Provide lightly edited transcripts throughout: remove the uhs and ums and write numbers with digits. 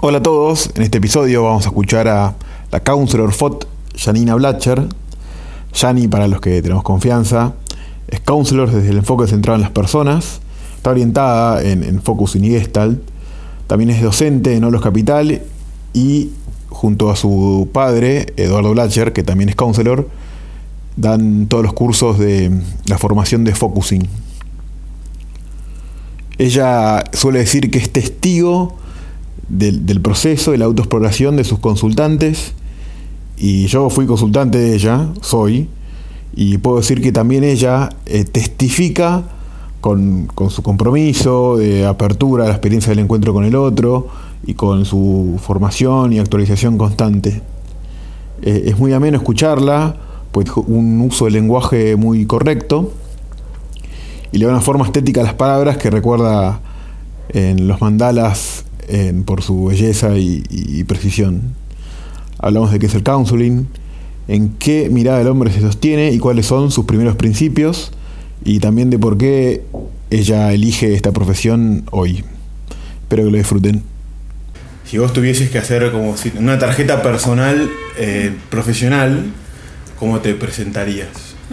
Hola a todos, en este episodio vamos a escuchar a la counselor FOT, Janina Blacher. Yani, para los que tenemos confianza, es counselor desde el enfoque centrado en las personas, está orientada en Focusing y Gestalt, también es docente en Olos Capital y junto a su padre, Eduardo Blacher, que también es counselor, dan todos los cursos de la formación de Focusing. Ella suele decir que es testigo del proceso de la autoexploración de sus consultantes, y yo fui consultante de ella, y puedo decir que también ella testifica con su compromiso de apertura a la experiencia del encuentro con el otro y con su formación y actualización constante. Es muy ameno escucharla, pues un uso del lenguaje muy correcto y le da una forma estética a las palabras que recuerda en los mandalas por su belleza y precisión. Hablamos de qué es el counseling, en qué mirada del hombre se sostiene y cuáles son sus primeros principios, y también de por qué ella elige esta profesión hoy. Espero que lo disfruten. Si vos tuvieses que hacer como una tarjeta personal profesional, ¿cómo te presentarías?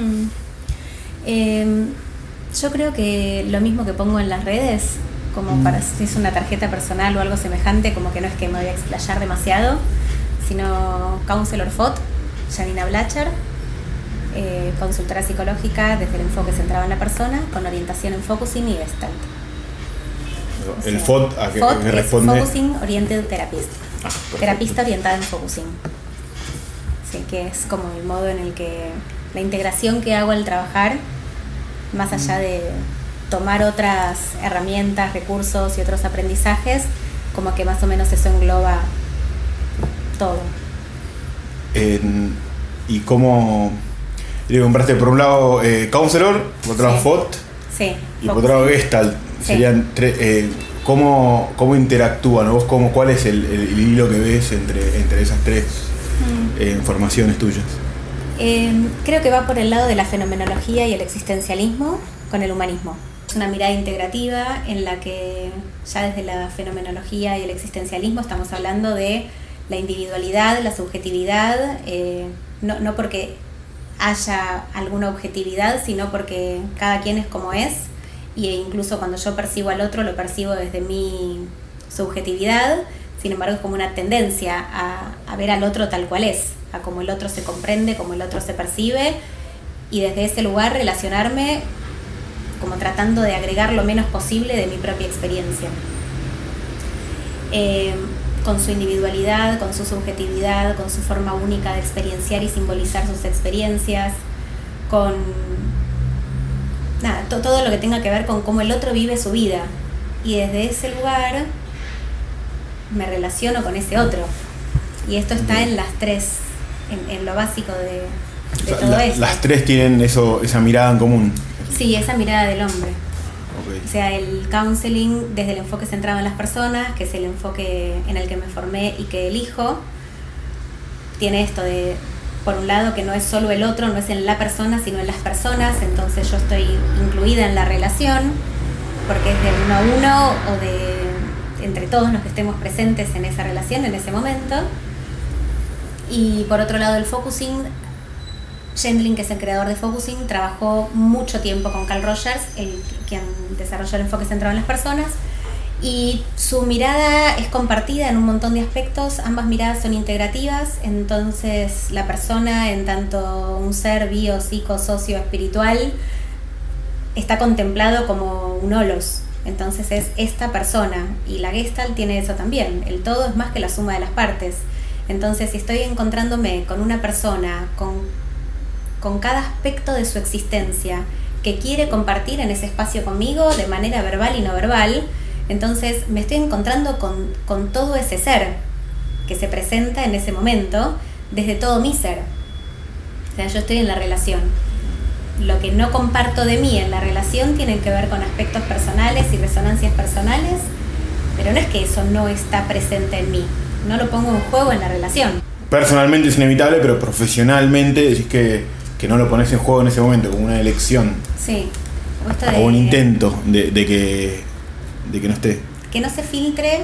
Yo creo que lo mismo que pongo en las redes, como para si es una tarjeta personal o algo semejante, como que no es que me voy a explayar demasiado, sino counselor FOT, Janina Blacher, consultora psicológica desde el enfoque centrado en la persona, con orientación en Focusing y Gestalt. El FOT, ¿a qué FOT responde? Es Focusing Oriented Therapist. Terapista orientada en Focusing. Sí, que es como el modo en el que la integración que hago al trabajar, más allá de tomar otras herramientas, recursos y otros aprendizajes, como que más o menos eso engloba todo. ¿Y cómo compraste por un lado counselor, por otro lado FOT, sí, y por otro lado Gestalt? Sí. Serían ¿cómo interactúan? ¿Vos cuál es el hilo que ves entre esas tres formaciones tuyas? Creo que va por el lado de la fenomenología y el existencialismo con el humanismo. Es una mirada integrativa en la que ya desde la fenomenología y el existencialismo estamos hablando de la individualidad, la subjetividad, no porque haya alguna objetividad, sino porque cada quien es como es, e incluso cuando yo percibo al otro lo percibo desde mi subjetividad. Sin embargo, es como una tendencia a ver al otro tal cual es, a cómo el otro se comprende, cómo el otro se percibe, y desde ese lugar relacionarme como tratando de agregar lo menos posible de mi propia experiencia. Con su individualidad, con su subjetividad, con su forma única de experienciar y simbolizar sus experiencias, con todo lo que tenga que ver con cómo el otro vive su vida. Y desde ese lugar me relaciono con ese otro. Y esto está en las tres, en lo básico de todo esto. Las tres tienen esa mirada en común. Sí, esa mirada del hombre. Okay. O sea, el counseling desde el enfoque centrado en las personas, que es el enfoque en el que me formé y que elijo, tiene esto de, por un lado, que no es solo el otro, no es en la persona, sino en las personas. Entonces yo estoy incluida en la relación, porque es de uno a uno o de entre todos los que estemos presentes en esa relación en ese momento. Y por otro lado, el focusing, Gendlin, que es el creador de Focusing, trabajó mucho tiempo con Carl Rogers, quien desarrolló el enfoque centrado en las personas, y su mirada es compartida en un montón de aspectos. Ambas miradas son integrativas, entonces la persona, en tanto un ser bio, psico, socio, espiritual, está contemplado como un holos. Entonces es esta persona, y la Gestalt tiene eso también. El todo es más que la suma de las partes. Entonces, si estoy encontrándome con una persona, con cada aspecto de su existencia que quiere compartir en ese espacio conmigo de manera verbal y no verbal, entonces me estoy encontrando con todo ese ser que se presenta en ese momento desde todo mi ser. O sea, yo estoy en la relación. Lo que no comparto de mí en la relación tiene que ver con aspectos personales y resonancias personales, pero no es que eso no está presente en mí, no lo pongo en juego en la relación. Personalmente es inevitable, pero profesionalmente decís que no lo pones en juego en ese momento, como una elección. Sí. O un intento de que no esté. Que no se filtre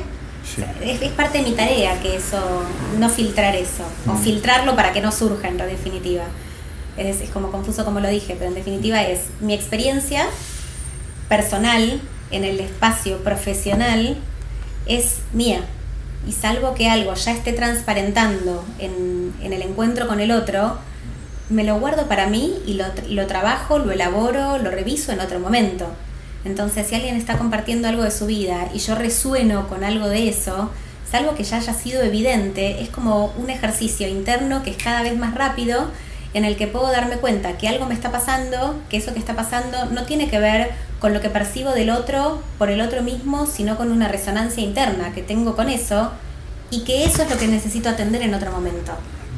Sí. Es parte de mi tarea que eso, no filtrar eso, o filtrarlo para que no surja en definitiva. Es como confuso como lo dije, pero en definitiva es mi experiencia personal en el espacio profesional es mía. Y salvo que algo ya esté transparentando en el encuentro con el otro, me lo guardo para mí y lo trabajo, lo elaboro, lo reviso en otro momento. Entonces, si alguien está compartiendo algo de su vida y yo resueno con algo de eso, salvo que ya haya sido evidente, es como un ejercicio interno que es cada vez más rápido, en el que puedo darme cuenta que algo me está pasando, que eso que está pasando no tiene que ver con lo que percibo del otro por el otro mismo, sino con una resonancia interna que tengo con eso, y que eso es lo que necesito atender en otro momento,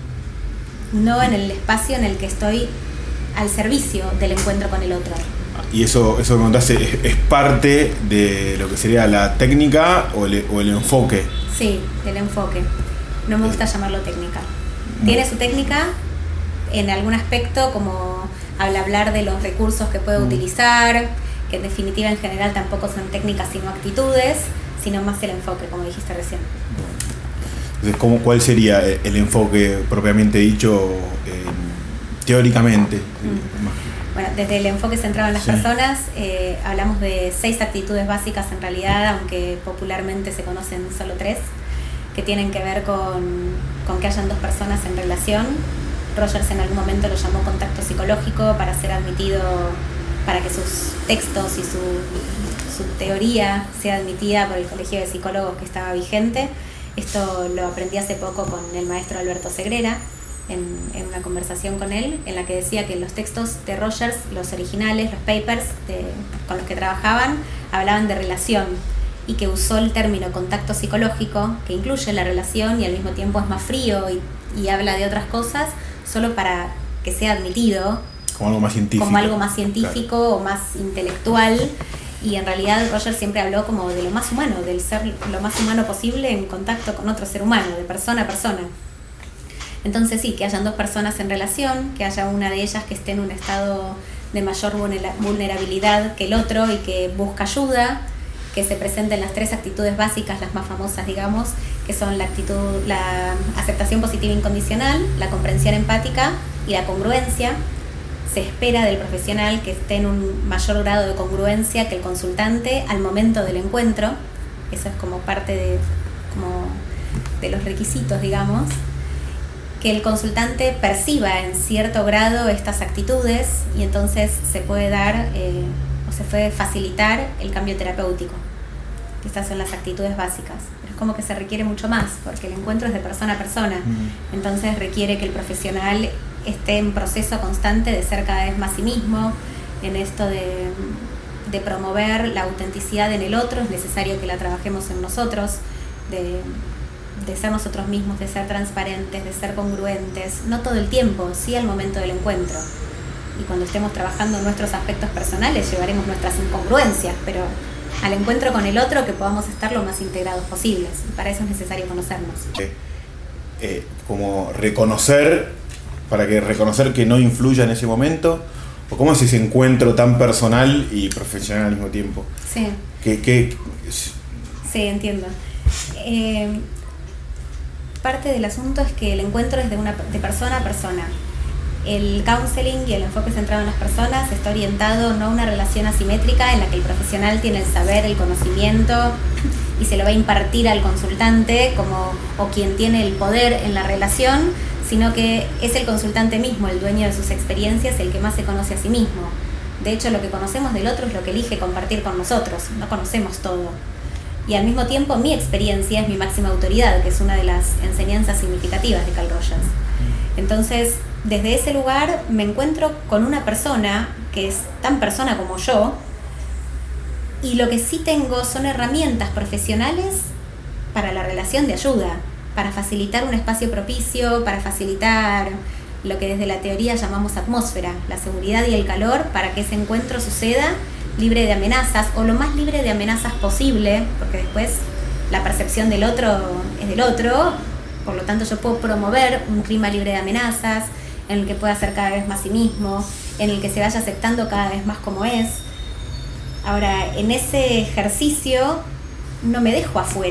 no en el espacio en el que estoy al servicio del encuentro con el otro. Y eso que contaste es parte de lo que sería la técnica o el enfoque. Sí, del enfoque. No me gusta llamarlo técnica. Tiene su técnica en algún aspecto, como al hablar de los recursos que puede utilizar, que en definitiva en general tampoco son técnicas sino actitudes, sino más el enfoque, como dijiste recién. Entonces, ¿cuál sería el enfoque propiamente dicho teóricamente? Bueno, desde el enfoque centrado en las personas, hablamos de 6 actitudes básicas en realidad, aunque popularmente se conocen solo 3, que tienen que ver con que hayan 2 personas en relación. Rogers en algún momento lo llamó contacto psicológico para ser admitido, para que sus textos y su teoría sea admitida por el Colegio de Psicólogos que estaba vigente. Esto lo aprendí hace poco con el maestro Alberto Segrera, en una conversación con él, en la que decía que los textos de Rogers, los originales, los papers con los que trabajaban, hablaban de relación, y que usó el término contacto psicológico, que incluye la relación y al mismo tiempo es más frío y habla de otras cosas, solo para que sea admitido como algo más científico, claro, o más intelectual. Y en realidad Rogers siempre habló como de lo más humano, del ser lo más humano posible en contacto con otro ser humano, de persona a persona. Entonces sí, que hayan 2 personas en relación, que haya una de ellas que esté en un estado de mayor vulnerabilidad que el otro y que busca ayuda, que se presenten las 3 actitudes básicas, las más famosas, digamos, que son la aceptación positiva incondicional, la comprensión empática y la congruencia. Se espera del profesional que esté en un mayor grado de congruencia que el consultante al momento del encuentro. Eso es como parte de los requisitos, digamos. Que el consultante perciba en cierto grado estas actitudes y entonces se puede dar o se puede facilitar el cambio terapéutico. Estas son las actitudes básicas. Pero es como que se requiere mucho más, porque el encuentro es de persona a persona. Entonces requiere que el profesional esté en proceso constante de ser cada vez más sí mismo, en esto de promover la autenticidad en el otro. Es necesario que la trabajemos en nosotros, de ser nosotros mismos, de ser transparentes, de ser congruentes, no todo el tiempo, sí al momento del encuentro. Y cuando estemos trabajando nuestros aspectos personales llevaremos nuestras incongruencias, pero al encuentro con el otro que podamos estar lo más integrados posibles. Y para eso es necesario conocernos. Como reconocer, para que reconocer que no influya en ese momento, o cómo es ese encuentro tan personal y profesional al mismo tiempo. Sí. Sí, entiendo. Parte del asunto es que el encuentro es de persona a persona. El counseling y el enfoque centrado en las personas está orientado no a una relación asimétrica en la que el profesional tiene el saber, el conocimiento y se lo va a impartir al consultante o quien tiene el poder en la relación, sino que es el consultante mismo, el dueño de sus experiencias, el que más se conoce a sí mismo. De hecho, lo que conocemos del otro es lo que elige compartir con nosotros, no conocemos todo. Y al mismo tiempo mi experiencia es mi máxima autoridad, que es una de las enseñanzas significativas de Carl Rogers. Entonces, desde ese lugar me encuentro con una persona que es tan persona como yo, y lo que sí tengo son herramientas profesionales para la relación de ayuda, para facilitar un espacio propicio, para facilitar lo que desde la teoría llamamos atmósfera, la seguridad y el calor para que ese encuentro suceda libre de amenazas, o lo más libre de amenazas posible, porque después la percepción del otro es del otro, por lo tanto yo puedo promover un clima libre de amenazas, en el que pueda ser cada vez más sí mismo, en el que se vaya aceptando cada vez más como es. Ahora, en ese ejercicio no me dejo afuera,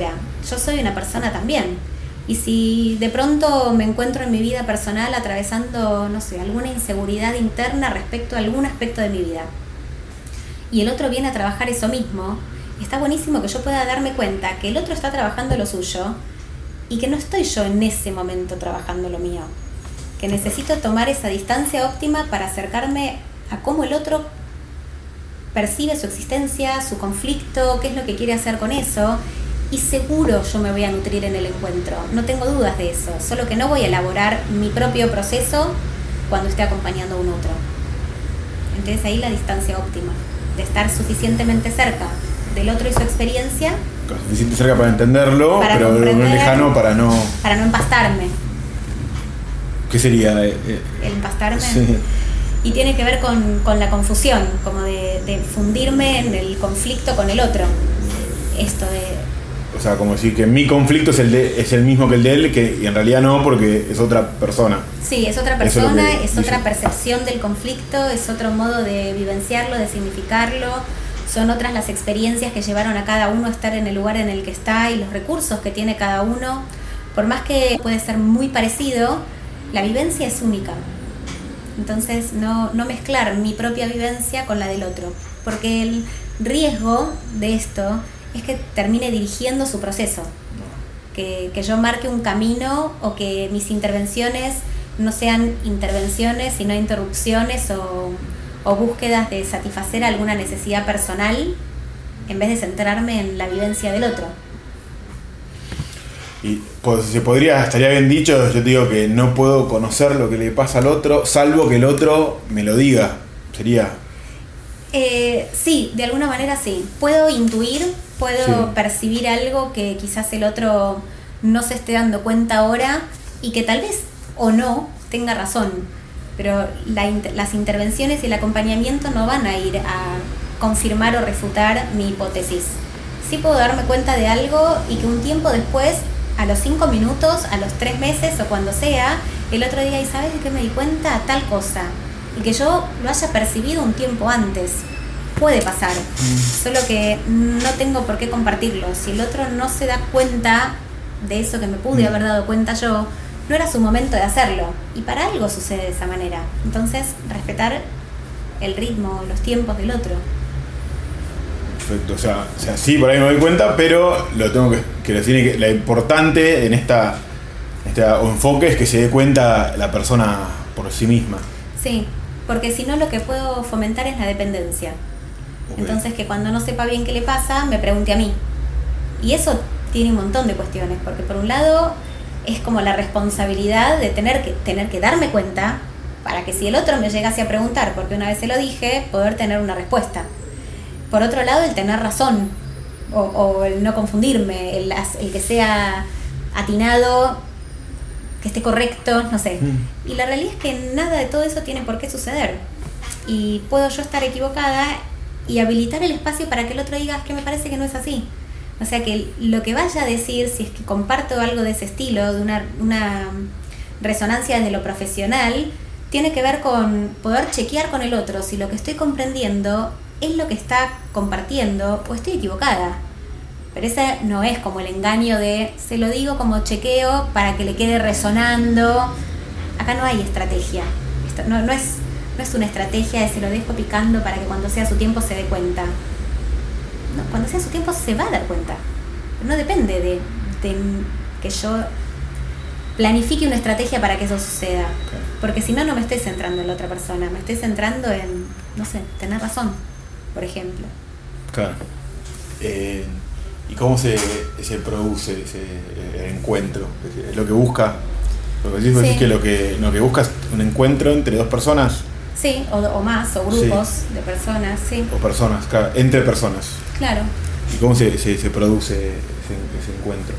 yo soy una persona también. Y si de pronto me encuentro en mi vida personal atravesando, no sé, alguna inseguridad interna respecto a algún aspecto de mi vida, y el otro viene a trabajar eso mismo, está buenísimo que yo pueda darme cuenta que el otro está trabajando lo suyo y que no estoy yo en ese momento trabajando lo mío. Que necesito tomar esa distancia óptima para acercarme a cómo el otro percibe su existencia, su conflicto, qué es lo que quiere hacer con eso. Y seguro yo me voy a nutrir en el encuentro, no tengo dudas de eso, solo que no voy a elaborar mi propio proceso cuando esté acompañando a un otro. Entonces ahí la distancia óptima, de estar suficientemente cerca del otro y su experiencia. Suficiente cerca para entenderlo, para pero lejano para no empastarme. ¿Qué sería? El empastarme. Sí. Y tiene que ver con la confusión, como de fundirme en el conflicto con el otro. Esto de... O sea, como decir que mi conflicto es el mismo que el de él, y en realidad no, porque es otra persona. Sí, es otra persona, es otra percepción del conflicto, es otro modo de vivenciarlo, de significarlo. Son otras las experiencias que llevaron a cada uno a estar en el lugar en el que está y los recursos que tiene cada uno. Por más que puede ser muy parecido, la vivencia es única. Entonces no mezclar mi propia vivencia con la del otro, porque el riesgo de esto es que termine dirigiendo su proceso, que yo marque un camino o que mis intervenciones no sean intervenciones sino interrupciones o búsquedas de satisfacer alguna necesidad personal en vez de centrarme en la vivencia del otro. Y pues estaría bien dicho, yo te digo que no puedo conocer lo que le pasa al otro, salvo que el otro me lo diga, sería... Sí, de alguna manera sí. Puedo intuir, puedo percibir algo que quizás el otro no se esté dando cuenta ahora y que tal vez o no tenga razón, pero las intervenciones y el acompañamiento no van a ir a confirmar o refutar mi hipótesis. Sí puedo darme cuenta de algo y que un tiempo después, a los 5 minutos, a los 3 meses o cuando sea, el otro día, ¿y sabes de qué me di cuenta? Tal cosa. Y que yo lo haya percibido un tiempo antes. Puede pasar, solo que no tengo por qué compartirlo. Si el otro no se da cuenta de eso que me pude haber dado cuenta yo, no era su momento de hacerlo. Y para algo sucede de esa manera. Entonces, respetar el ritmo, los tiempos del otro. Perfecto, o sea, sí, por ahí me doy cuenta, pero lo tengo lo importante en este enfoque es que se dé cuenta la persona por sí misma. Sí, porque si no lo que puedo fomentar es la dependencia. Okay. Entonces que cuando no sepa bien qué le pasa, me pregunte a mí. Y eso tiene un montón de cuestiones, porque por un lado es como la responsabilidad de tener que darme cuenta para que si el otro me llegase a preguntar, porque una vez se lo dije, poder tener una respuesta. Por otro lado, el tener razón, o el no confundirme, el que sea atinado, que esté correcto, no sé. Y la realidad es que nada de todo eso tiene por qué suceder. Y puedo yo estar equivocada y habilitar el espacio para que el otro diga, es que me parece que no es así. O sea que lo que vaya a decir, si es que comparto algo de ese estilo, de una resonancia desde lo profesional, tiene que ver con poder chequear con el otro si lo que estoy comprendiendo es lo que está compartiendo o estoy equivocada. Pero ese no es como el engaño de se lo digo como chequeo para que le quede resonando. Acá no hay estrategia. Esto no es una estrategia de se lo dejo picando para que cuando sea su tiempo se dé cuenta. No, cuando sea su tiempo se va a dar cuenta. Pero no depende de que yo planifique una estrategia para que eso suceda. Okay. Porque si no me estoy centrando en la otra persona. Me estoy centrando en, no sé, tener razón, por ejemplo. Claro. ¿Y cómo se produce ese encuentro? ¿Es lo que busca? Porque decís que lo que busca es un encuentro entre dos personas. Sí, o más, o grupos de personas, sí. O personas, claro, entre personas. Claro. ¿Y cómo se produce ese encuentro?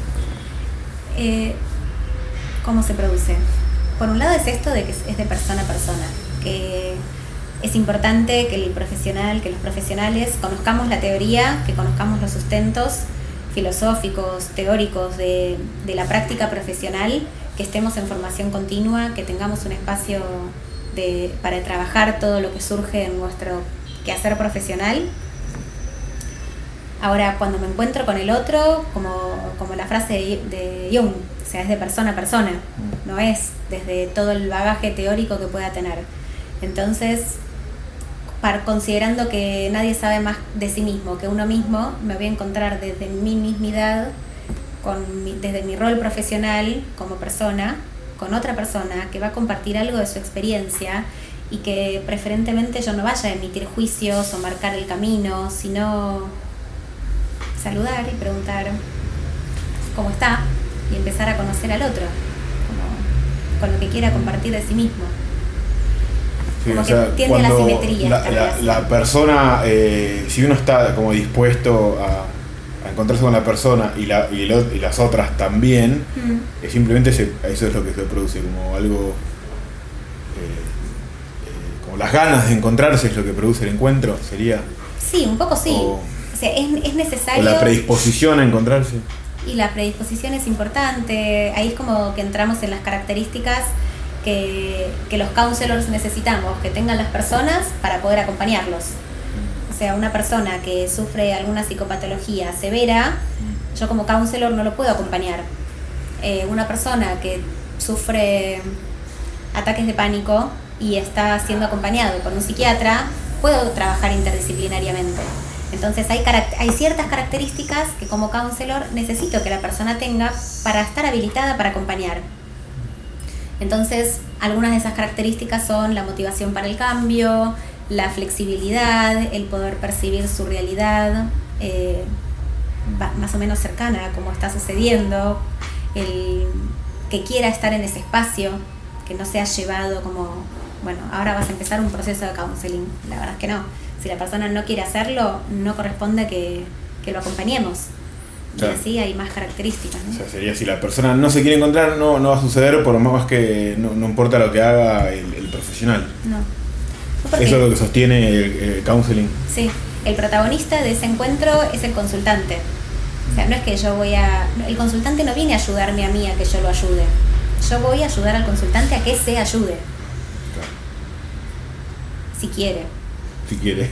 ¿Cómo se produce? Por un lado es esto de que es de persona a persona, que es importante que los profesionales conozcamos la teoría, que conozcamos los sustentos filosóficos, teóricos de la práctica profesional, que estemos en formación continua, que tengamos un espacio para trabajar todo lo que surge en nuestro quehacer profesional. Ahora, cuando me encuentro con el otro, como la frase de Jung, o sea, es de persona a persona, no es desde todo el bagaje teórico que pueda tener. Entonces, considerando que nadie sabe más de sí mismo que uno mismo, me voy a encontrar desde mi mismidad, desde mi rol profesional como persona, con otra persona que va a compartir algo de su experiencia y que preferentemente yo no vaya a emitir juicios o marcar el camino, sino saludar y preguntar cómo está y empezar a conocer al otro, con lo que quiera compartir de sí mismo. Sí, como o sea, que tiende a la cuando simetría. la persona, si uno está como dispuesto a encontrarse con la persona y las otras también, simplemente eso es lo que se produce, como algo, como las ganas de encontrarse es lo que produce el encuentro, sería. Sí, un poco sí. O sea, es necesario. O la predisposición a encontrarse. Y la predisposición es importante. Ahí es como que entramos en las características que los counselors necesitamos, que tengan las personas para poder acompañarlos. O sea, una persona que sufre alguna psicopatología severa, yo como counselor no lo puedo acompañar. Una persona que sufre ataques de pánico y está siendo acompañado por un psiquiatra, puedo trabajar interdisciplinariamente. Entonces hay ciertas características que como counselor necesito que la persona tenga para estar habilitada para acompañar. Entonces, algunas de esas características son la motivación para el cambio, la flexibilidad, el poder percibir su realidad más o menos cercana a cómo está sucediendo, el que quiera estar en ese espacio, que no sea llevado como, bueno, ahora vas a empezar un proceso de counseling. La verdad es que no. Si la persona no quiere hacerlo, no corresponde que lo acompañemos. Claro. Y así hay más características, ¿no? O sea, sería si la persona no se quiere encontrar, no va a suceder, por lo más que no importa lo que haga el profesional. No. Eso es lo que sostiene el counseling. Sí, el protagonista de ese encuentro es el consultante. O sea, no es que el consultante no viene a ayudarme a mí a que yo lo ayude. Yo voy a ayudar al consultante a que se ayude. Claro. Si quiere. Si quiere.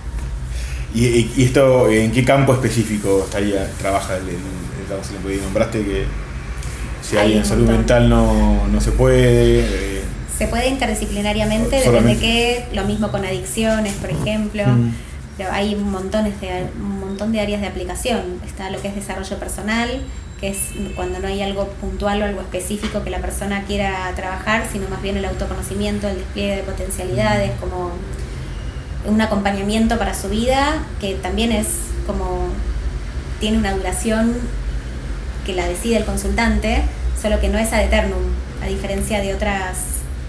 ¿Y esto en qué campo específico trabaja el counseling? Porque nombraste que si hay en salud mental no se puede. Se puede interdisciplinariamente, depende de qué, lo mismo con adicciones, por ejemplo. Pero hay un montón de áreas de aplicación. Está lo que es desarrollo personal, que es cuando no hay algo puntual o algo específico que la persona quiera trabajar, sino más bien el autoconocimiento, el despliegue de potencialidades, como un acompañamiento para su vida, que también es como, tiene una duración que la decide el consultante, solo que no es ad eternum, a diferencia de otras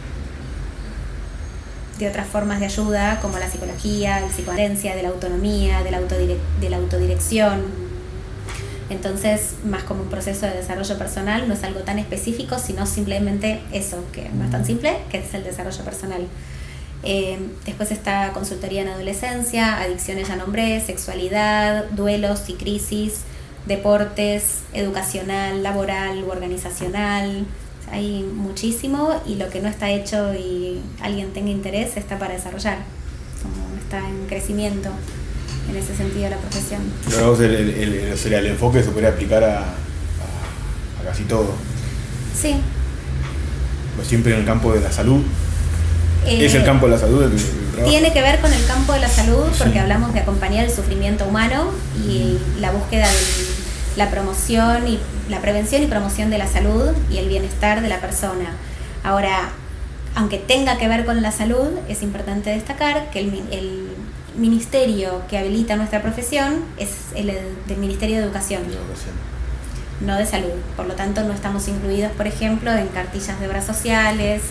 formas de ayuda, como la psicología, la psicoherencia, de la autonomía, de la autodirección. Entonces, más como un proceso de desarrollo personal, no es algo tan específico, sino simplemente eso, que no es tan simple, que es el desarrollo personal. Después está consultoría en adolescencia, adicciones ya nombré, sexualidad, duelos y crisis, deportes, educacional, laboral u organizacional. Hay muchísimo, y lo que no está hecho y alguien tenga interés está para desarrollar, como está en crecimiento en ese sentido la profesión. Luego el enfoque se puede aplicar a casi todo. Sí. Pues siempre en el campo de la salud. ¿Es el campo de la salud el trabajo? Tiene que ver con el campo de la salud, porque hablamos de acompañar el sufrimiento humano y la búsqueda de la promoción y la prevención y promoción de la salud y el bienestar de la persona. Ahora, aunque tenga que ver con la salud, es importante destacar que el ministerio que habilita nuestra profesión es el del Ministerio de Educación, no de salud. Por lo tanto, no estamos incluidos, por ejemplo, en cartillas de obras sociales,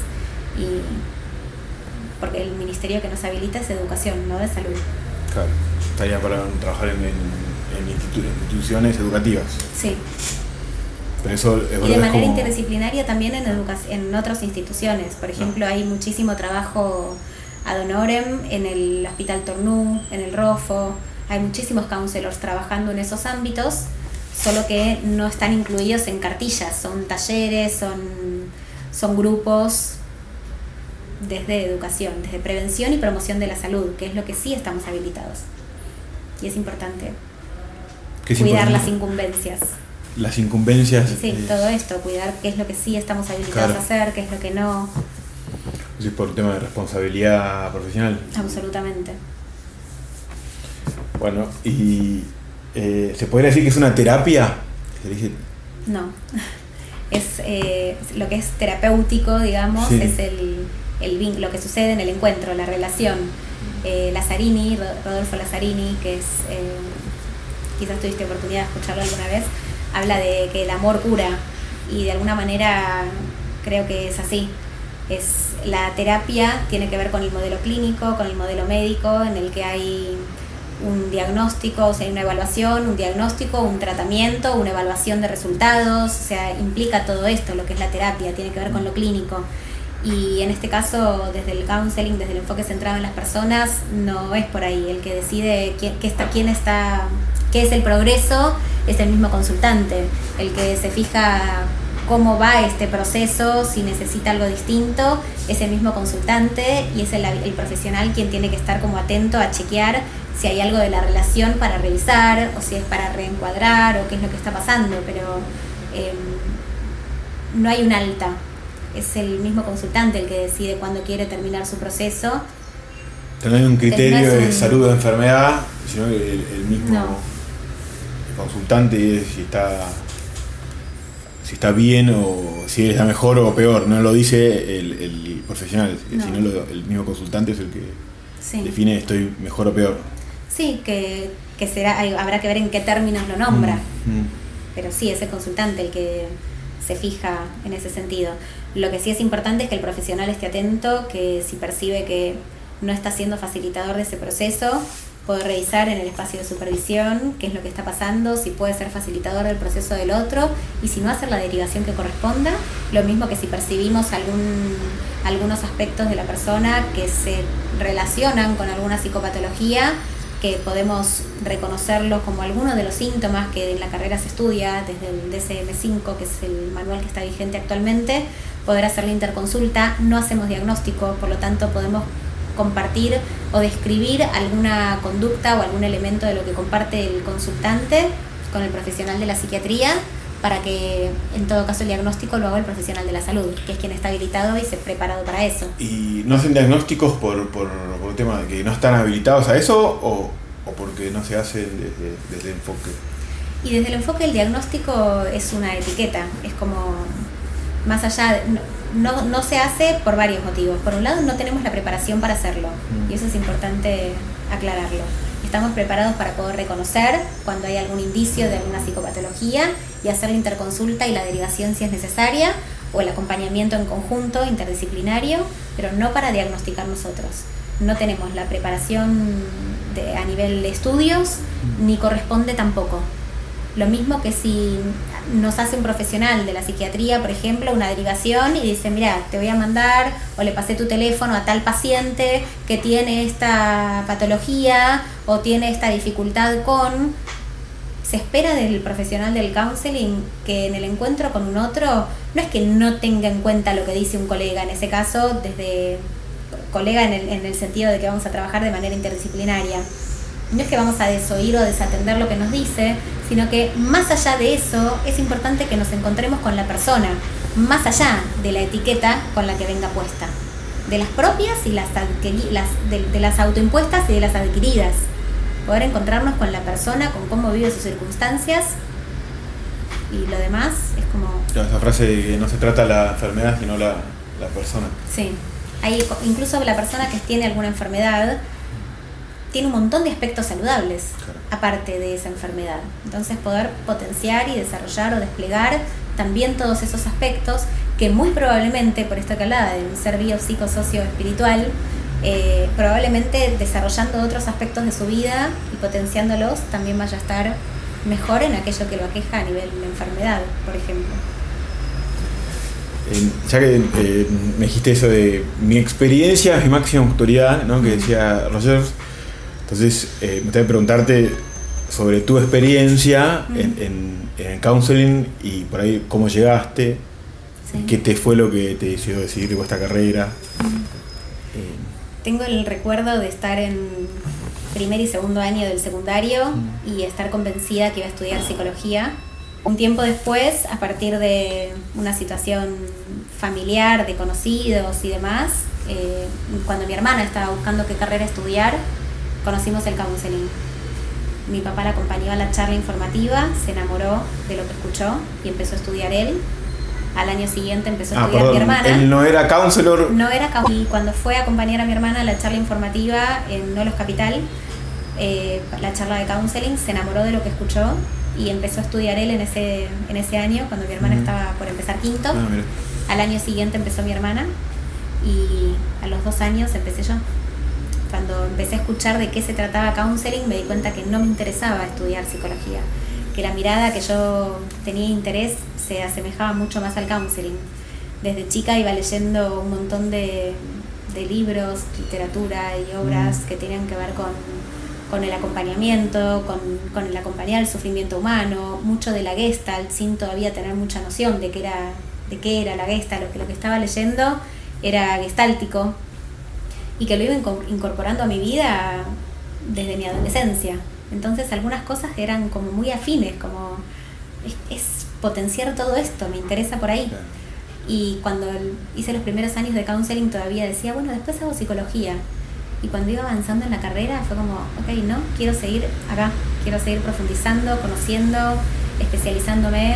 porque el ministerio que nos habilita es educación, no de salud. Claro, estaría para trabajar en instituciones educativas. Sí. Pero eso es y de manera interdisciplinaria también en otras instituciones. Por ejemplo, hay muchísimo trabajo ad honorem en el Hospital Tornú, en el ROFO. Hay muchísimos counselors trabajando en esos ámbitos, solo que no están incluidos en cartillas. Son talleres, son grupos desde educación, desde prevención y promoción de la salud, que es lo que sí estamos habilitados. Y es importante. ¿Qué es cuidar importante? las incumbencias. Las incumbencias. Sí, todo esto, cuidar qué es lo que sí estamos habilitados Claro. a hacer, qué es lo que no. Es por el tema de responsabilidad profesional. Absolutamente. Bueno, y ¿se podría decir que es una terapia? Se dice. No. Es lo que es terapéutico, digamos, Sí. es lo que sucede en el encuentro, la relación. Lazzarini, Rodolfo Lazzarini, que es, quizás tuviste oportunidad de escucharlo alguna vez, habla de que el amor cura, y de alguna manera creo que es así. La terapia tiene que ver con el modelo clínico, con el modelo médico, en el que hay un diagnóstico, o sea, hay una evaluación, un diagnóstico, un tratamiento, una evaluación de resultados, o sea, implica todo esto, lo que es la terapia, tiene que ver con lo clínico. Y en este caso, desde el counseling, desde el enfoque centrado en las personas, no es por ahí. El que decide qué es el progreso es el mismo consultante. El que se fija cómo va este proceso, si necesita algo distinto, es el mismo consultante, y es el profesional quien tiene que estar como atento a chequear si hay algo de la relación para revisar, o si es para reencuadrar, o qué es lo que está pasando, pero no hay un alta. Es el mismo consultante el que decide cuándo quiere terminar su proceso. No hay un criterio No es de un- salud o enfermedad, sino el mismo No. el consultante si está bien o si está mejor o peor. No lo dice el profesional, No. sino el mismo consultante es el que Sí. define estoy mejor o peor. Sí, que habrá que ver en qué términos lo nombra. Mm. Pero sí, es el consultante el que se fija en ese sentido. Lo que sí es importante es que el profesional esté atento, que si percibe que no está siendo facilitador de ese proceso, poder revisar en el espacio de supervisión qué es lo que está pasando, si puede ser facilitador del proceso del otro, y si no, hacer la derivación que corresponda. Lo mismo que si percibimos algunos aspectos de la persona que se relacionan con alguna psicopatología, que podemos reconocerlos como algunos de los síntomas que en la carrera se estudia desde el DSM-5, que es el manual que está vigente actualmente, poder hacer la interconsulta. No hacemos diagnóstico, por lo tanto podemos compartir o describir alguna conducta o algún elemento de lo que comparte el consultante con el profesional de la psiquiatría, para que en todo caso el diagnóstico lo haga el profesional de la salud, que es quien está habilitado y se preparado para eso. ¿Y no hacen diagnósticos por un tema de que no están habilitados a eso o porque no se hacen desde el enfoque? Y desde el enfoque el diagnóstico es una etiqueta, es como más allá de, no se hace por varios motivos. Por un lado, no tenemos la preparación para hacerlo, y eso es importante aclararlo. Estamos preparados para poder reconocer cuando hay algún indicio de alguna psicopatología y hacer la interconsulta y la derivación si es necesaria, o el acompañamiento en conjunto interdisciplinario, pero no para diagnosticar nosotros. No tenemos la preparación a nivel de estudios, ni corresponde tampoco. Lo mismo que si nos hace un profesional de la psiquiatría, por ejemplo, una derivación y dice, mira, te voy a mandar o le pasé tu teléfono a tal paciente que tiene esta patología o tiene esta dificultad se espera del profesional del counseling que en el encuentro con un otro no es que no tenga en cuenta lo que dice un colega, en ese caso desde colega en el sentido de que vamos a trabajar de manera interdisciplinaria. No es que vamos a desoír o desatender lo que nos dice, sino que más allá de eso es importante que nos encontremos con la persona, más allá de la etiqueta con la que venga puesta, de las propias y de las autoimpuestas y de las adquiridas. Poder encontrarnos con la persona, con cómo vive sus circunstancias, y lo demás es como... Esa frase de que no se trata la enfermedad sino la persona. Sí, incluso la persona que tiene alguna enfermedad tiene un montón de aspectos saludables, Claro. aparte de esa enfermedad. Entonces poder potenciar y desarrollar o desplegar también todos esos aspectos que muy probablemente, por esto que hablaba de un ser biopsicosocioespiritual, probablemente desarrollando otros aspectos de su vida y potenciándolos, también vaya a estar mejor en aquello que lo aqueja a nivel de enfermedad, por ejemplo. Ya que me dijiste eso de mi experiencia es mi máxima autoridad, ¿no? Que decía Rogers. Entonces, me gustaría preguntarte sobre tu experiencia en el counseling y por ahí cómo llegaste, Sí. qué te fue lo que te hizo decidir por esta carrera. Tengo el recuerdo de estar en primer y segundo año del secundario y estar convencida que iba a estudiar psicología. Un tiempo después, a partir de una situación familiar, de conocidos y demás, cuando mi hermana estaba buscando qué carrera estudiar, conocimos el counseling. Mi papá la acompañó a la charla informativa, se enamoró de lo que escuchó y empezó a estudiar él. Al año siguiente empezó a estudiar mi hermana. ¿Él no era counselor? No era counselor. Y cuando fue a acompañar a mi hermana a la charla informativa en Nolos Capital, la charla de counseling, se enamoró de lo que escuchó y empezó a estudiar él en ese año, cuando mi hermana estaba por empezar quinto. Al año siguiente empezó mi hermana y a los 2 años empecé yo. Cuando empecé a escuchar de qué se trataba counseling, me di cuenta que no me interesaba estudiar psicología, que la mirada que yo tenía interés se asemejaba mucho más al counseling. Desde chica iba leyendo un montón de libros, literatura y obras que tenían que ver con el acompañamiento, con el acompañar el sufrimiento humano, mucho de la Gestalt, sin todavía tener mucha noción de qué era la Gestalt, lo que estaba leyendo era gestáltico y que lo iba incorporando a mi vida desde mi adolescencia. Entonces algunas cosas eran como muy afines, como es potenciar todo esto, me interesa por ahí. Y cuando hice los primeros años de counseling todavía decía, bueno, después hago psicología. Y cuando iba avanzando en la carrera fue como, ok, no, quiero seguir acá, quiero seguir profundizando, conociendo, especializándome.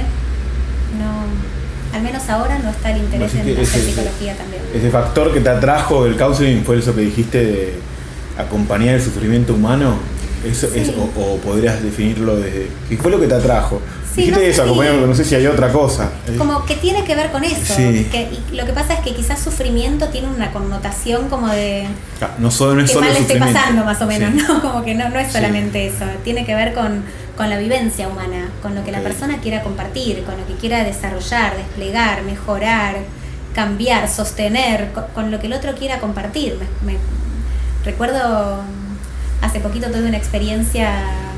No, al menos ahora no está el interés en hacer psicología también. Ese factor que te atrajo del counseling fue eso que dijiste de acompañar el sufrimiento humano. Eso sí. O podrías definirlo de ¿qué fue lo que te atrajo? Sí, dijiste eso, acompañarlo, no sé si hay otra cosa. Como que tiene que ver con eso. Sí. Y lo que pasa es que quizás sufrimiento tiene una connotación como de no es solo que mal esté pasando más o menos, sí. ¿no? Como que no es solamente eso. Tiene que ver con la vivencia humana, con lo que la persona quiera compartir, con lo que quiera desarrollar, desplegar, mejorar, cambiar, sostener, con lo que el otro quiera compartir. Recuerdo hace poquito tuve una experiencia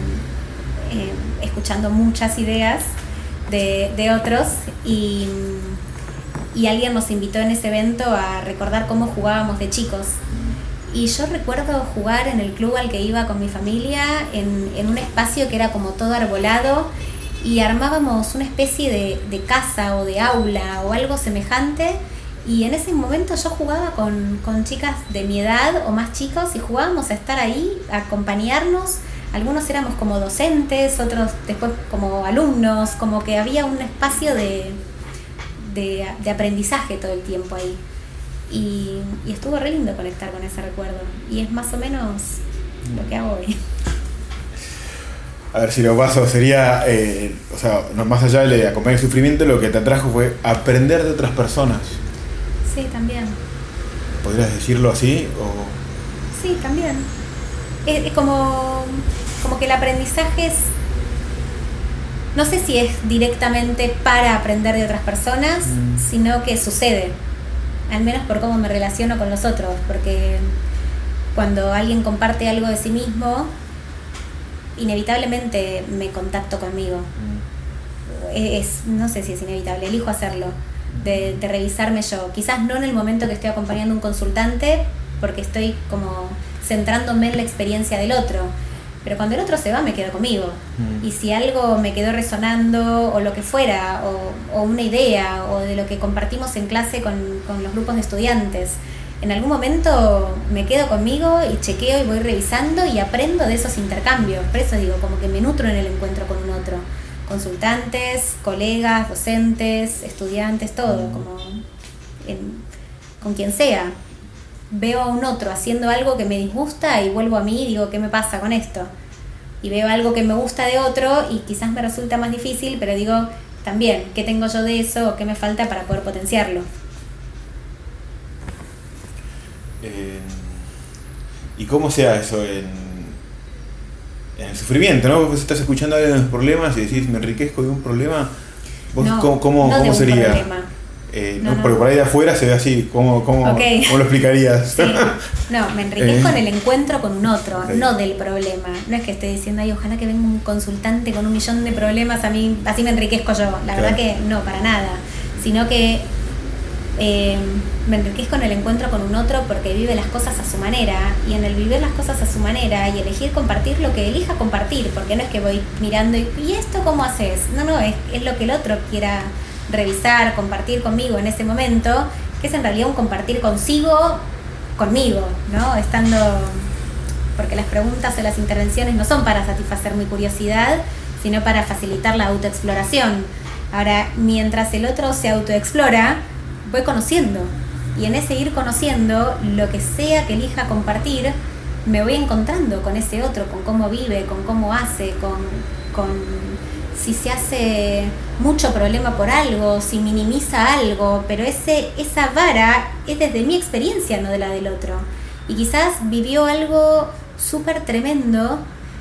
escuchando muchas ideas de otros y alguien nos invitó en ese evento a recordar cómo jugábamos de chicos. Y yo recuerdo jugar en el club al que iba con mi familia en un espacio que era como todo arbolado y armábamos una especie de casa o de aula o algo semejante. Y en ese momento yo jugaba con chicas de mi edad o más chicos y jugábamos a estar ahí, a acompañarnos. Algunos éramos como docentes, otros después como alumnos, como que había un espacio de aprendizaje todo el tiempo ahí. Y estuvo re lindo conectar con ese recuerdo. Y es más o menos lo que hago hoy. A ver si lo paso, sería, más allá de acompañar el sufrimiento, lo que te atrajo fue aprender de otras personas. Sí, también. ¿Podrías decirlo así? Sí, también. Es como que el aprendizaje es, no sé si es directamente para aprender de otras personas, sino que sucede, al menos por cómo me relaciono con los otros, porque cuando alguien comparte algo de sí mismo, inevitablemente me contacto conmigo. No sé si es inevitable, elijo hacerlo. De revisarme yo, quizás no en el momento que estoy acompañando a un consultante porque estoy como centrándome en la experiencia del otro, pero cuando el otro se va me quedo conmigo y si algo me quedó resonando o lo que fuera o una idea o de lo que compartimos en clase con los grupos de estudiantes, en algún momento me quedo conmigo y chequeo y voy revisando y aprendo de esos intercambios. Por eso digo, como que me nutro en el encuentro con un otro. Consultantes, colegas, docentes, estudiantes, todo, como con quien sea. Veo a un otro haciendo algo que me disgusta y vuelvo a mí y digo, ¿qué me pasa con esto? Y veo algo que me gusta de otro y quizás me resulta más difícil, pero digo, también, ¿qué tengo yo de eso o qué me falta para poder potenciarlo? ¿Y cómo sea eso en el sufrimiento, ¿no? Vos estás escuchando de los problemas y decís, me enriquezco de un problema. ¿Vos cómo sería? Porque por ahí de afuera se ve así. ¿Cómo lo explicarías? Sí. No, me enriquezco en el encuentro con un otro, no del problema. No es que esté diciendo, ay, ojalá que venga un consultante con 1.000.000 de problemas, a mí así me enriquezco yo. La verdad que no, para nada. Sino que Me enriquezco en el encuentro con un otro porque vive las cosas a su manera, y en el vivir las cosas a su manera y elegir compartir lo que elija compartir, porque no es que voy mirando y esto cómo haces, no, es lo que el otro quiera revisar, compartir conmigo en ese momento, que es en realidad un compartir conmigo, ¿no? Estando, porque las preguntas o las intervenciones no son para satisfacer mi curiosidad, sino para facilitar la autoexploración. Ahora, mientras el otro se autoexplora, voy conociendo, y en ese ir conociendo, lo que sea que elija compartir, me voy encontrando con ese otro, con cómo vive, con cómo hace, con si se hace mucho problema por algo, si minimiza algo, pero esa vara es desde mi experiencia, no de la del otro. Y quizás vivió algo súper tremendo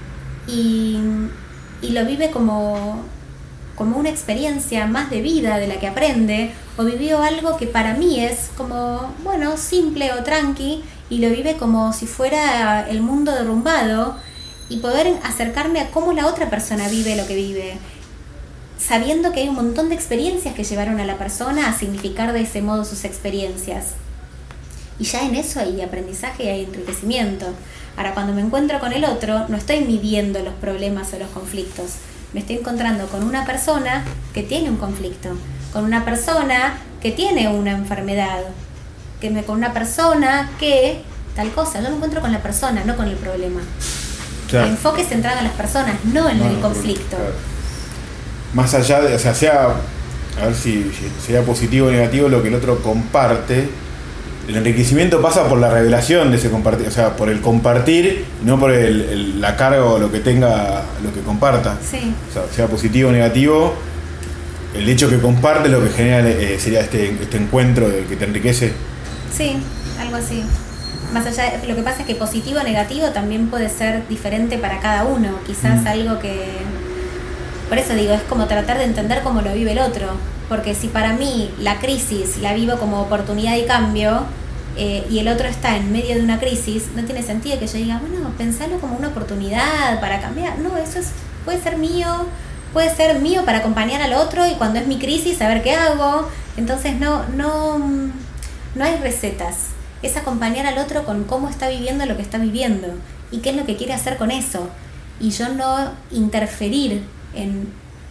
y lo vive como una experiencia más de vida de la que aprende, o vivió algo que para mí es como, bueno, simple o tranqui, y lo vive como si fuera el mundo derrumbado, y poder acercarme a cómo la otra persona vive lo que vive, sabiendo que hay un montón de experiencias que llevaron a la persona a significar de ese modo sus experiencias. Y ya en eso hay aprendizaje y hay enriquecimiento. Ahora, cuando me encuentro con el otro, no estoy midiendo los problemas o los conflictos. Me estoy encontrando con una persona que tiene un conflicto, con una persona que tiene una enfermedad, con una persona que tal cosa. Yo me encuentro con la persona, no con el problema. Claro. El enfoque es centrado en las personas, no en el conflicto. Claro. Más allá de, o sea, a ver si sea positivo o negativo lo que el otro comparte, el enriquecimiento pasa por la revelación de ese compartir, o sea, por el compartir, no por la carga o lo que tenga, lo que comparta. Sí. O sea, sea positivo o negativo, el hecho que comparte lo que genera sería este encuentro que te enriquece. Sí, algo así. Más allá, lo que pasa es que positivo o negativo también puede ser diferente para cada uno. Quizás algo que... Por eso digo, es como tratar de entender cómo lo vive el otro. Porque si para mí la crisis la vivo como oportunidad y cambio, y el otro está en medio de una crisis, no tiene sentido que yo diga, bueno, pensalo como una oportunidad para cambiar. No, eso puede ser mío para acompañar al otro, y cuando es mi crisis saber qué hago. Entonces no hay recetas. Es acompañar al otro con cómo está viviendo lo que está viviendo y qué es lo que quiere hacer con eso. Y yo no interferir en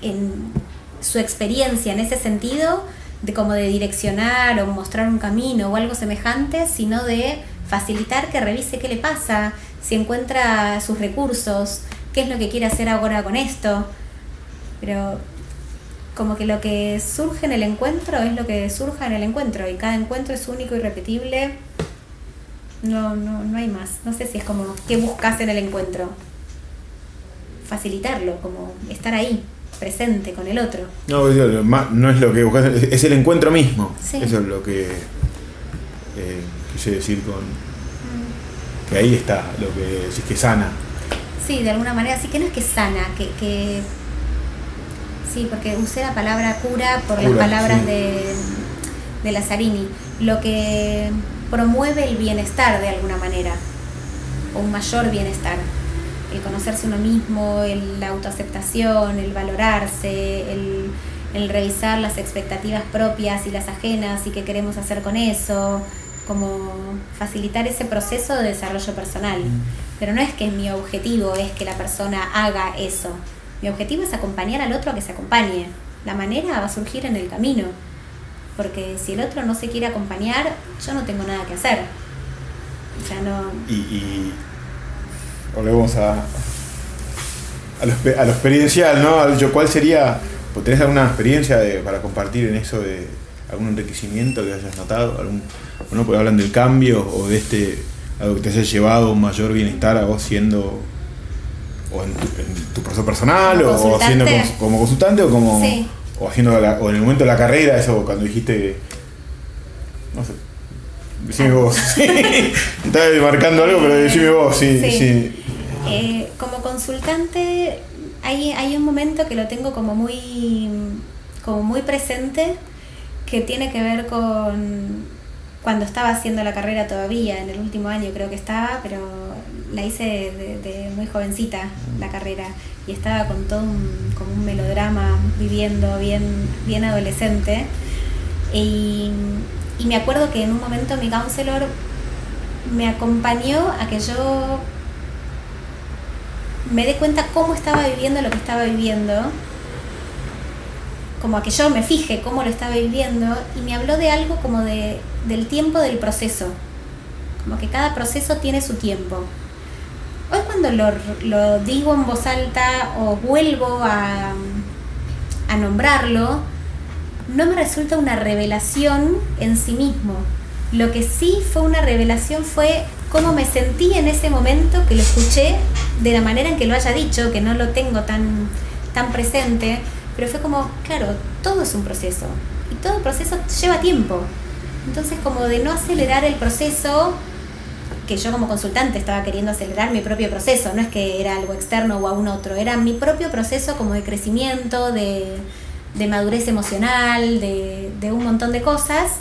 su experiencia en ese sentido, de direccionar o mostrar un camino o algo semejante, sino de facilitar que revise qué le pasa, si encuentra sus recursos, qué es lo que quiere hacer ahora con esto. Pero como que lo que surge en el encuentro es lo que surja en el encuentro, y cada encuentro es único y repetible. No hay más. No sé si es como qué buscas en el encuentro. Facilitarlo, como estar ahí, presente con el otro. No es lo que buscas, es el encuentro mismo. Sí. Eso es lo que quise decir con que ahí está lo que decís que sana. Sí, de alguna manera. Sí, que no es que sana, que sí, porque usé la palabra cura por las palabras de Lazzarini. Lo que promueve el bienestar de alguna manera, o un mayor bienestar. El conocerse uno mismo, la autoaceptación, el valorarse, el revisar las expectativas propias y las ajenas y qué queremos hacer con eso, como facilitar ese proceso de desarrollo personal. Pero no es que mi objetivo es que la persona haga eso. Mi objetivo es acompañar al otro a que se acompañe. La manera va a surgir en el camino, porque si el otro no se quiere acompañar, yo no tengo nada que hacer. O sea, no... Y volvemos a lo experiencial, ¿no? ¿Cuál sería, tenés alguna experiencia para compartir en eso, de algún enriquecimiento que hayas notado? Bueno, pues hablan del cambio o de algo que te haya llevado a un mayor bienestar a vos siendo, o en tu proceso personal, o siendo como consultante, o como sí. o haciendo o en el momento de la carrera, eso cuando dijiste, no sé, decime vos. Estaba marcando algo, pero decime vos, sí. Como consultante hay un momento que lo tengo como muy presente, que tiene que ver con cuando estaba haciendo la carrera todavía, en el último año creo que estaba, pero la hice de muy jovencita la carrera, y estaba con todo como un melodrama viviendo bien adolescente, y Y me acuerdo que en un momento mi counselor me acompañó a que yo me dé cuenta cómo estaba viviendo lo que estaba viviendo, como a que yo me fije cómo lo estaba viviendo, y me habló de algo como del tiempo del proceso, como que cada proceso tiene su tiempo. Hoy cuando lo digo en voz alta o vuelvo a nombrarlo, no me resulta una revelación en sí mismo. Lo que sí fue una revelación fue cómo me sentí en ese momento que lo escuché, de la manera en que lo haya dicho, que no lo tengo tan presente, pero fue como, claro, todo es un proceso y todo proceso lleva tiempo. Entonces, como de no acelerar el proceso, que yo como consultante estaba queriendo acelerar mi propio proceso, no es que era algo externo o a un otro, era mi propio proceso como de crecimiento, de madurez emocional, de un montón de cosas.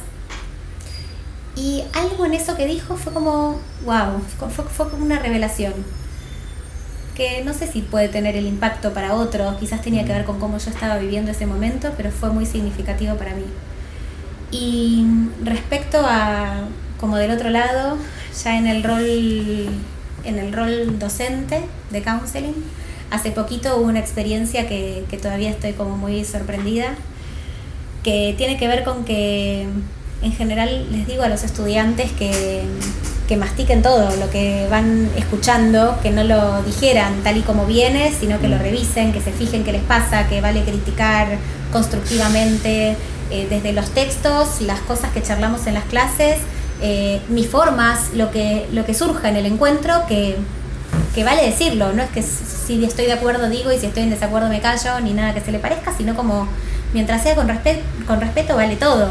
Y algo en eso que dijo fue como, wow, fue como una revelación. Que no sé si puede tener el impacto para otros, quizás tenía que ver con cómo yo estaba viviendo ese momento, pero fue muy significativo para mí. Y respecto a, como del otro lado, ya en el rol docente de counseling, hace poquito hubo una experiencia que todavía estoy como muy sorprendida, que tiene que ver con que en general les digo a los estudiantes que mastiquen todo lo que van escuchando, que no lo dijeran tal y como viene, sino que lo revisen, que se fijen qué les pasa, que vale criticar constructivamente desde los textos, las cosas que charlamos en las clases, mis formas, lo que surja en el encuentro, que vale decirlo, no es que si estoy de acuerdo digo y si estoy en desacuerdo me callo, ni nada que se le parezca, sino como mientras sea con respeto vale todo.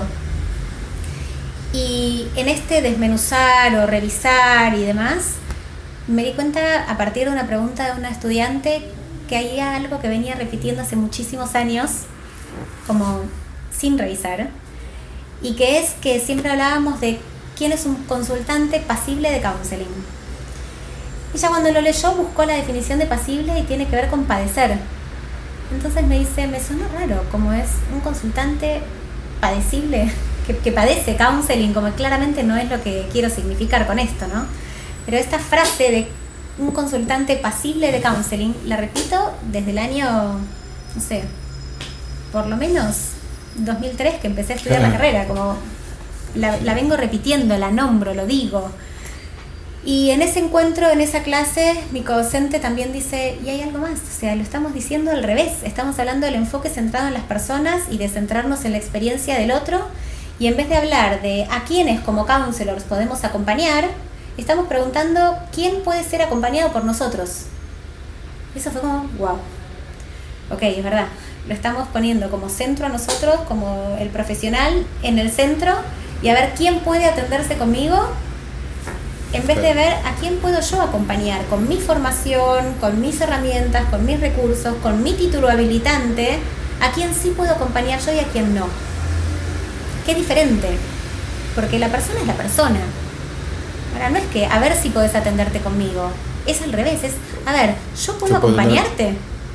Y en este desmenuzar o revisar y demás, me di cuenta a partir de una pregunta de una estudiante que había algo que venía repitiendo hace muchísimos años, como sin revisar, y que es que siempre hablábamos de quién es un consultante pasible de counseling. Ella cuando lo leyó buscó la definición de pasible y tiene que ver con padecer. Entonces me dice, me suena raro, como es un consultante padecible, que padece counseling, como claramente no es lo que quiero significar con esto, ¿no? Pero esta frase de un consultante pasible de counseling, la repito desde el año, no sé, por lo menos 2003 que empecé a estudiar la carrera, como la vengo repitiendo, la nombro, lo digo. Y en ese encuentro, en esa clase, mi docente también dice, y hay algo más, o sea, lo estamos diciendo al revés, estamos hablando del enfoque centrado en las personas y de centrarnos en la experiencia del otro, y en vez de hablar de a quiénes como counselors podemos acompañar, estamos preguntando quién puede ser acompañado por nosotros. Eso fue como, wow, ok, es verdad, lo estamos poniendo como centro a nosotros, como el profesional en el centro, y a ver quién puede atenderse conmigo, en vez de ver a quién puedo yo acompañar con mi formación, con mis herramientas, con mis recursos, con mi título habilitante, a quién sí puedo acompañar yo y a quién no. Qué diferente, porque la persona es la persona. Ahora, no es que a ver si podés atenderte conmigo, es al revés, es a ver, ¿yo puedo acompañarte?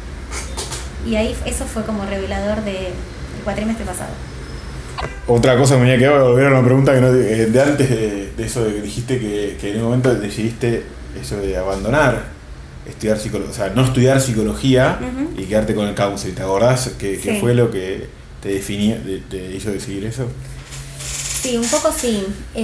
Y ahí eso fue como revelador del cuatrimestre pasado. Otra cosa que me había quedado, volver a una pregunta que no, de antes de eso de que dijiste que en un momento decidiste eso de abandonar estudiar psicología, o sea, no estudiar psicología y quedarte con el counseling. ¿Te acordás que Sí. fue lo que te definía, te hizo decidir eso? Sí, un poco sí.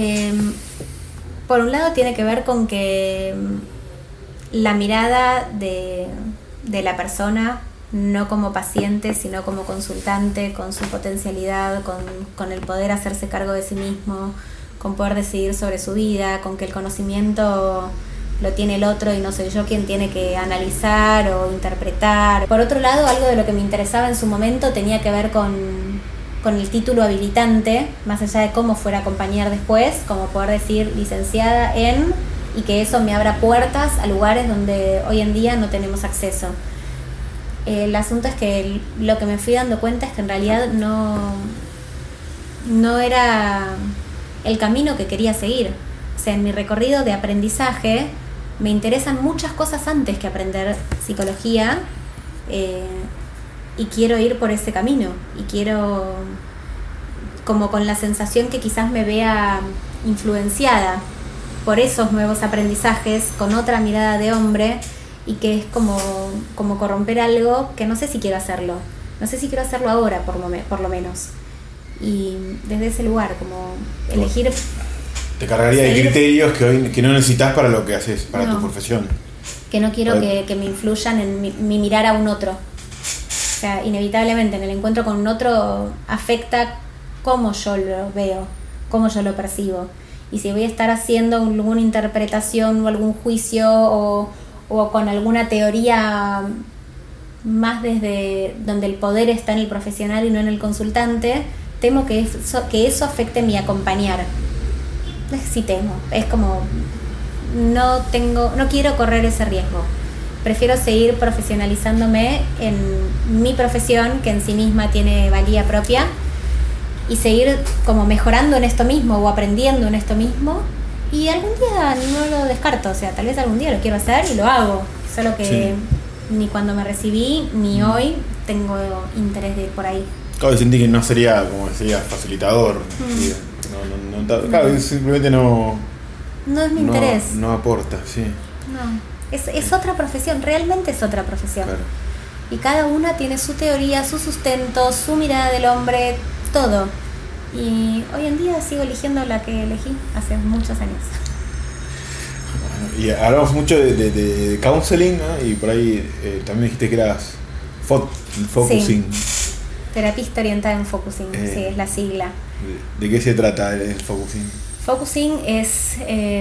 Por un lado tiene que ver con que la mirada de la persona, no como paciente, sino como consultante, con su potencialidad, con el poder hacerse cargo de sí mismo, con poder decidir sobre su vida, con que el conocimiento lo tiene el otro y no soy yo quien tiene que analizar o interpretar. Por otro lado, algo de lo que me interesaba en su momento tenía que ver con el título habilitante, más allá de cómo fuera a acompañar después, como poder decir licenciada en, y que eso me abra puertas a lugares donde hoy en día no tenemos acceso. El asunto es que lo que me fui dando cuenta es que en realidad no era el camino que quería seguir. O sea, en mi recorrido de aprendizaje me interesan muchas cosas antes que aprender psicología, y quiero ir por ese camino y quiero como con la sensación que quizás me vea influenciada por esos nuevos aprendizajes con otra mirada de hombre, y que es como corromper algo que no sé si quiero hacerlo. No sé si quiero hacerlo ahora, por lo menos. Y desde ese lugar, como elegir... Te cargaría de criterios que no necesitas para lo que haces, para tu profesión. Que no quiero que me influyan en mi mirar a un otro. O sea, inevitablemente en el encuentro con un otro afecta cómo yo lo veo, cómo yo lo percibo. Y si voy a estar haciendo alguna interpretación o algún juicio o con alguna teoría más desde donde el poder está en el profesional y no en el consultante, temo que eso afecte mi acompañar. Sí temo, es como no quiero correr ese riesgo. Prefiero seguir profesionalizándome en mi profesión, que en sí misma tiene valía propia, y seguir como mejorando en esto mismo o aprendiendo en esto mismo, y algún día no lo descarto, o sea, tal vez algún día lo quiero hacer y lo hago, solo que ni cuando me recibí ni hoy tengo interés de ir por ahí. Claro, sentí que no sería, como decía, facilitador. Claro, simplemente no es mi interés. No aporta, sí. No, es otra profesión, realmente es otra profesión. Claro. Y cada una tiene su teoría, su sustento, su mirada del hombre, todo. Y hoy en día sigo eligiendo la que elegí hace muchos años. Bueno, y hablamos mucho de counseling, ¿no? Y por ahí también dijiste que eras focusing. Sí. Terapista orientada en focusing, sí, es la sigla. ¿De qué se trata el focusing? Focusing es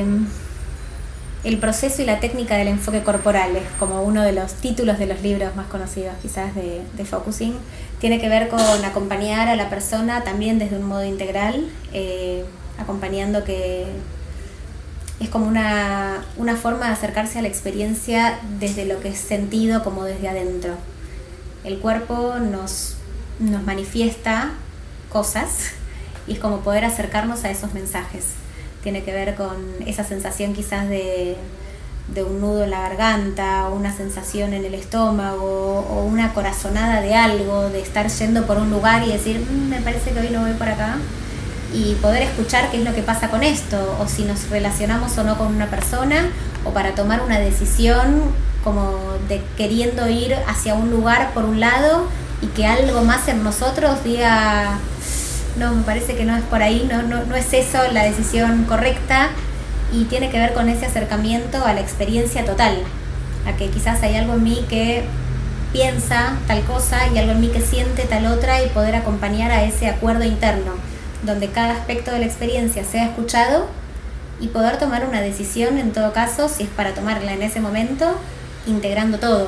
el proceso y la técnica del enfoque corporal, es como uno de los títulos de los libros más conocidos quizás de focusing. Tiene que ver con acompañar a la persona también desde un modo integral, acompañando, que es como una forma de acercarse a la experiencia desde lo que es sentido, como desde adentro. El cuerpo nos manifiesta cosas y es como poder acercarnos a esos mensajes. Tiene que ver con esa sensación quizás de un nudo en la garganta, o una sensación en el estómago, o una corazonada de algo, de estar yendo por un lugar y decir, me parece que hoy no voy por acá, y poder escuchar qué es lo que pasa con esto, o si nos relacionamos o no con una persona, o para tomar una decisión como de queriendo ir hacia un lugar por un lado y que algo más en nosotros diga, no, me parece que no es por ahí, no es eso la decisión correcta, y tiene que ver con ese acercamiento a la experiencia total, a que quizás hay algo en mí que piensa tal cosa y algo en mí que siente tal otra, y poder acompañar a ese acuerdo interno, donde cada aspecto de la experiencia sea escuchado y poder tomar una decisión, en todo caso, si es para tomarla en ese momento, integrando todo.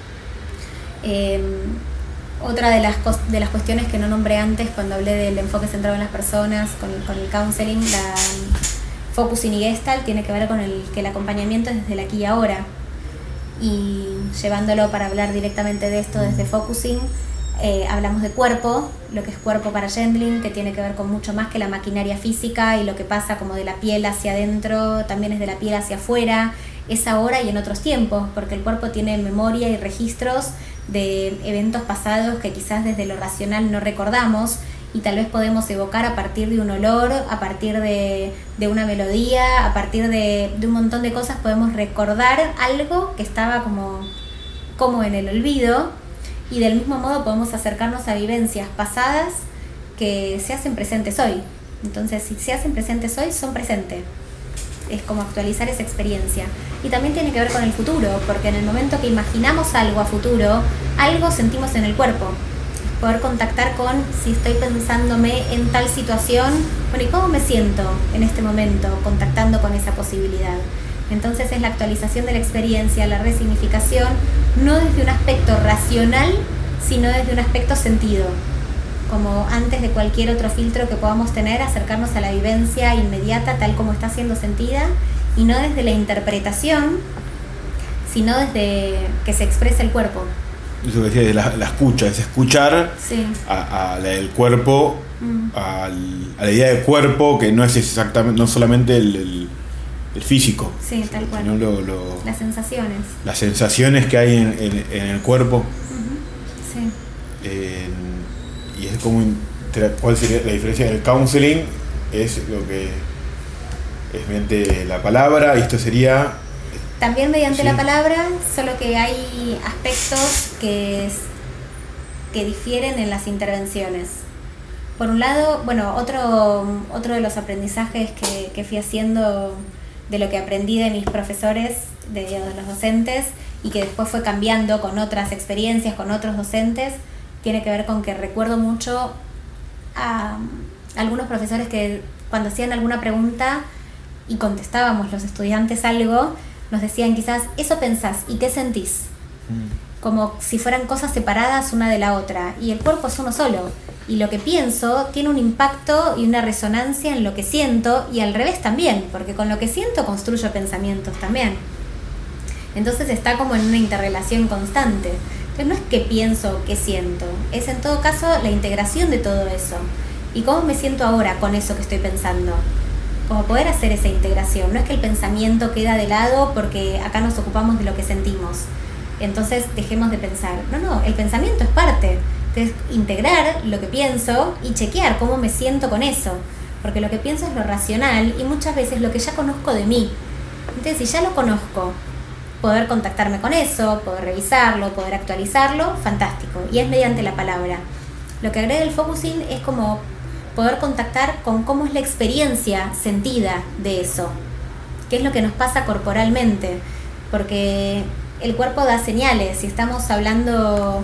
Otra de las cuestiones que no nombré antes cuando hablé del enfoque centrado en las personas, con el counseling, la focusing y Gestalt, tiene que ver con que el acompañamiento es desde el aquí y ahora. Y llevándolo para hablar directamente de esto desde focusing, hablamos de cuerpo, lo que es cuerpo para Gendlin, que tiene que ver con mucho más que la maquinaria física, y lo que pasa como de la piel hacia adentro, también es de la piel hacia afuera, es ahora y en otros tiempos, porque el cuerpo tiene memoria y registros de eventos pasados que quizás desde lo racional no recordamos, y tal vez podemos evocar a partir de un olor, a partir de una melodía, a partir de un montón de cosas, podemos recordar algo que estaba como en el olvido, y del mismo modo podemos acercarnos a vivencias pasadas que se hacen presentes hoy. Entonces, si se hacen presentes hoy, son presentes. Es como actualizar esa experiencia. Y también tiene que ver con el futuro, porque en el momento que imaginamos algo a futuro, algo sentimos en el cuerpo. Poder contactar con, si estoy pensándome en tal situación, bueno, ¿y cómo me siento en este momento contactando con esa posibilidad? Entonces es la actualización de la experiencia, la resignificación, no desde un aspecto racional, sino desde un aspecto sentido. Como antes de cualquier otro filtro que podamos tener, acercarnos a la vivencia inmediata tal como está siendo sentida, y no desde la interpretación, sino desde que se expresa el cuerpo. Eso que decía de la escucha, es escuchar a la del cuerpo, a la idea del cuerpo, que no es exactamente, no solamente el físico, sí, tal cual, sino las sensaciones. Las sensaciones que hay en el cuerpo. Sí. Y es como ¿cuál sería la diferencia? El counseling es lo que es mediante la palabra y esto sería... También mediante Sí. la palabra, solo que hay aspectos que difieren en las intervenciones. Por un lado, bueno, otro de los aprendizajes que fui haciendo de lo que aprendí de mis profesores, de los docentes, y que después fue cambiando con otras experiencias, con otros docentes, tiene que ver con que recuerdo mucho a algunos profesores que cuando hacían alguna pregunta y contestábamos los estudiantes algo, nos decían quizás, eso pensás, ¿y qué sentís? Como si fueran cosas separadas una de la otra, y el cuerpo es uno solo, y lo que pienso tiene un impacto y una resonancia en lo que siento, y al revés también, porque con lo que siento construyo pensamientos también. Entonces está como en una interrelación constante. Entonces no es que pienso, que siento, es en todo caso la integración de todo eso. ¿Y cómo me siento ahora con eso que estoy pensando? Como poder hacer esa integración. No es que el pensamiento queda de lado porque acá nos ocupamos de lo que sentimos. Entonces dejemos de pensar. No, el pensamiento es parte. Entonces integrar lo que pienso y chequear cómo me siento con eso. Porque lo que pienso es lo racional y muchas veces lo que ya conozco de mí. Entonces si ya lo conozco, poder contactarme con eso, poder revisarlo, poder actualizarlo, fantástico. Y es mediante la palabra. Lo que agrega el focusing es como poder contactar con cómo es la experiencia sentida de eso. Qué es lo que nos pasa corporalmente. Porque el cuerpo da señales. Si estamos hablando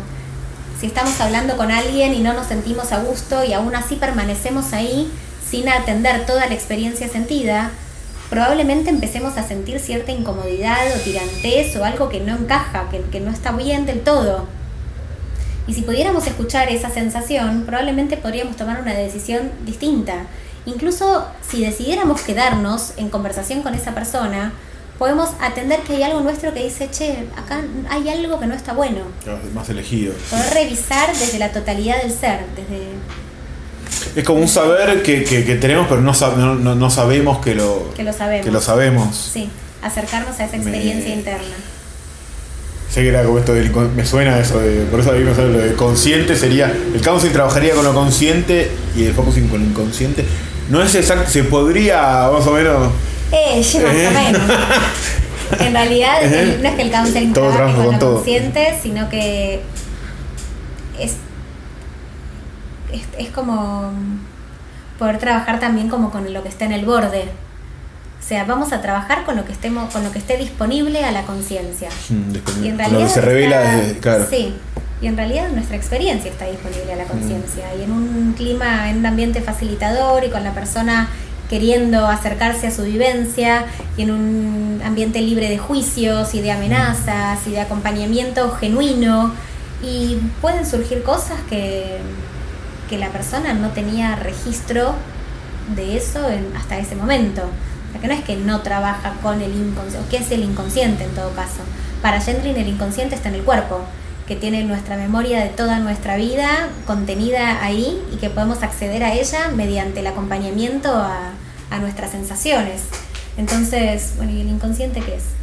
con alguien y no nos sentimos a gusto y aún así permanecemos ahí sin atender toda la experiencia sentida, probablemente empecemos a sentir cierta incomodidad o tirantez o algo que no encaja, que no está bien del todo. Y si pudiéramos escuchar esa sensación, probablemente podríamos tomar una decisión distinta. Incluso si decidiéramos quedarnos en conversación con esa persona, podemos atender que hay algo nuestro que dice, che, acá hay algo que no está bueno. Los más elegidos. Poder revisar desde la totalidad del ser, desde... Es como un saber que tenemos, pero no sabemos que lo sabemos. Que lo sabemos. Sí, acercarnos a esa experiencia interna. Sé que era como esto me suena eso, por eso a mí me sale lo de consciente, sería, el counseling trabajaría con lo consciente y el focusing con lo inconsciente. No es exacto, se podría más o menos... Más o menos. En realidad no es que el counseling Todo trabaje con lo todo. consciente, sino que es como poder trabajar también como con lo que está en el borde. O sea, vamos a trabajar con lo que esté disponible a la conciencia. Y en realidad lo que se revela claro. Sí. Y en realidad nuestra experiencia está disponible a la conciencia. Y en un clima, en un ambiente facilitador y con la persona queriendo acercarse a su vivencia y en un ambiente libre de juicios y de amenazas y de acompañamiento genuino, y pueden surgir cosas que la persona no tenía registro de eso hasta ese momento. O sea, que no es que no trabaja con el inconsciente, o que es el inconsciente en todo caso. Para Gentling el inconsciente está en el cuerpo, que tiene nuestra memoria de toda nuestra vida contenida ahí y que podemos acceder a ella mediante el acompañamiento a nuestras sensaciones. Entonces, bueno, ¿y el inconsciente qué es?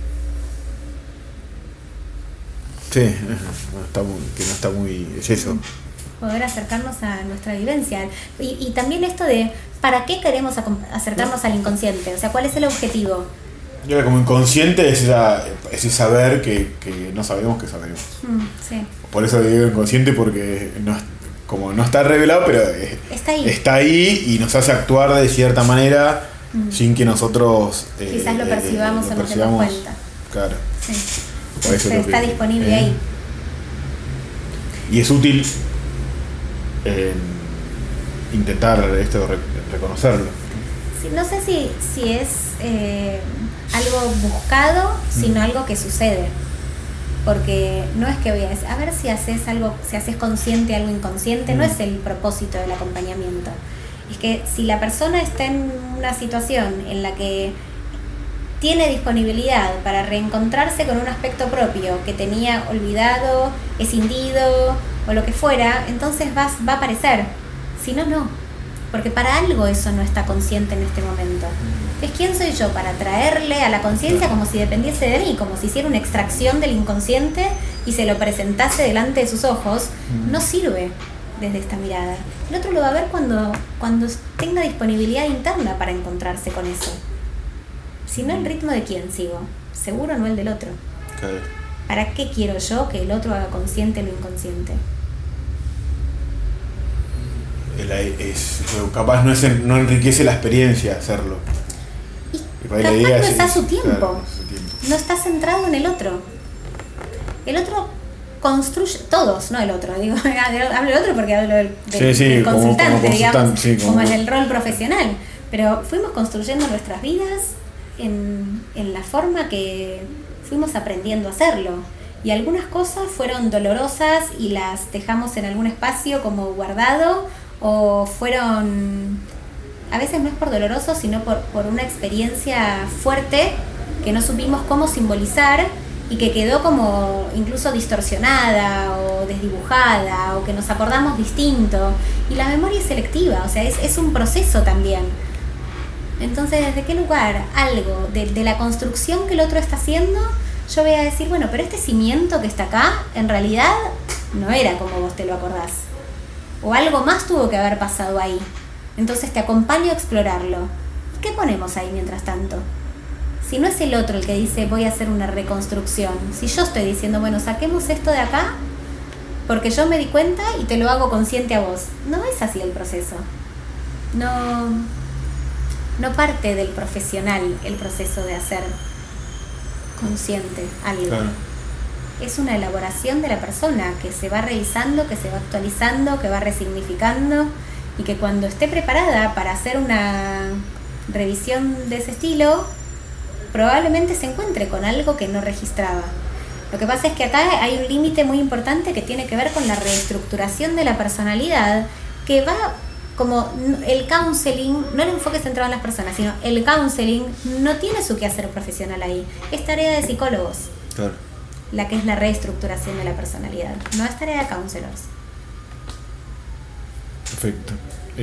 Sí, que no está muy... Es eso. Poder acercarnos a nuestra vivencia. Y también esto de, ¿para qué queremos acercarnos al inconsciente? O sea, ¿cuál es el objetivo? Yo creo que como inconsciente es ese saber que no sabemos que sabemos. Sí. Por eso digo inconsciente, porque como no está revelado, pero está ahí y nos hace actuar de cierta manera sin que nosotros quizás lo percibamos o nos demos cuenta. Claro. Sí. Por eso está disponible ahí. Y es útil intentar reconocerlo. Sí, no sé si es algo buscado, sino algo que sucede. Porque no es que voy a ver si haces algo, si haces consciente algo inconsciente, no es el propósito del acompañamiento. Es que si la persona está en una situación en la que tiene disponibilidad para reencontrarse con un aspecto propio que tenía olvidado, escindido o lo que fuera, entonces va a aparecer. Si no, no. Porque para algo eso no está consciente en este momento. Entonces, ¿quién soy yo para traerle a la conciencia como si dependiese de mí? Como si hiciera una extracción del inconsciente y se lo presentase delante de sus ojos. No sirve. desde esta mirada. El otro lo va a ver cuando tenga disponibilidad interna para encontrarse con eso. Si no, ¿el ritmo de quién sigo? Seguro no el del otro. Claro. ¿Para qué quiero yo que el otro haga consciente lo inconsciente? Capaz no enriquece la experiencia hacerlo. Y capaz no es a su tiempo. Claro, no está centrado en el otro. El otro construye, todos, no el otro, digo, hablo del otro porque hablo del consultante, como digamos, sí, como en el rol profesional. Pero fuimos construyendo nuestras vidas en la forma que fuimos aprendiendo a hacerlo. Y algunas cosas fueron dolorosas y las dejamos en algún espacio como guardado, o fueron, a veces no es por doloroso, sino por una experiencia fuerte que no supimos cómo simbolizar y que quedó como incluso distorsionada o desdibujada, o que nos acordamos distinto. Y la memoria es selectiva, o sea, es un proceso también. Entonces, ¿desde qué lugar? Algo de la construcción que el otro está haciendo, yo voy a decir, bueno, pero este cimiento que está acá, en realidad no era como vos te lo acordás. O algo más tuvo que haber pasado ahí. Entonces te acompaño a explorarlo. ¿Qué ponemos ahí mientras tanto? Si no es el otro el que dice, voy a hacer una reconstrucción. Si yo estoy diciendo, bueno, saquemos esto de acá, porque yo me di cuenta y te lo hago consciente a vos. No es así el proceso. No parte del profesional el proceso de hacer consciente algo. Claro. Es una elaboración de la persona que se va revisando, que se va actualizando, que va resignificando, y que cuando esté preparada para hacer una revisión de ese estilo, probablemente se encuentre con algo que no registraba. Lo que pasa es que acá hay un límite muy importante que tiene que ver con la reestructuración de la personalidad, que va como el counseling, no el enfoque centrado en las personas, sino el counseling no tiene su quehacer profesional ahí. Es tarea de psicólogos. Claro. La que es la reestructuración de la personalidad. No es tarea de counselors. Perfecto.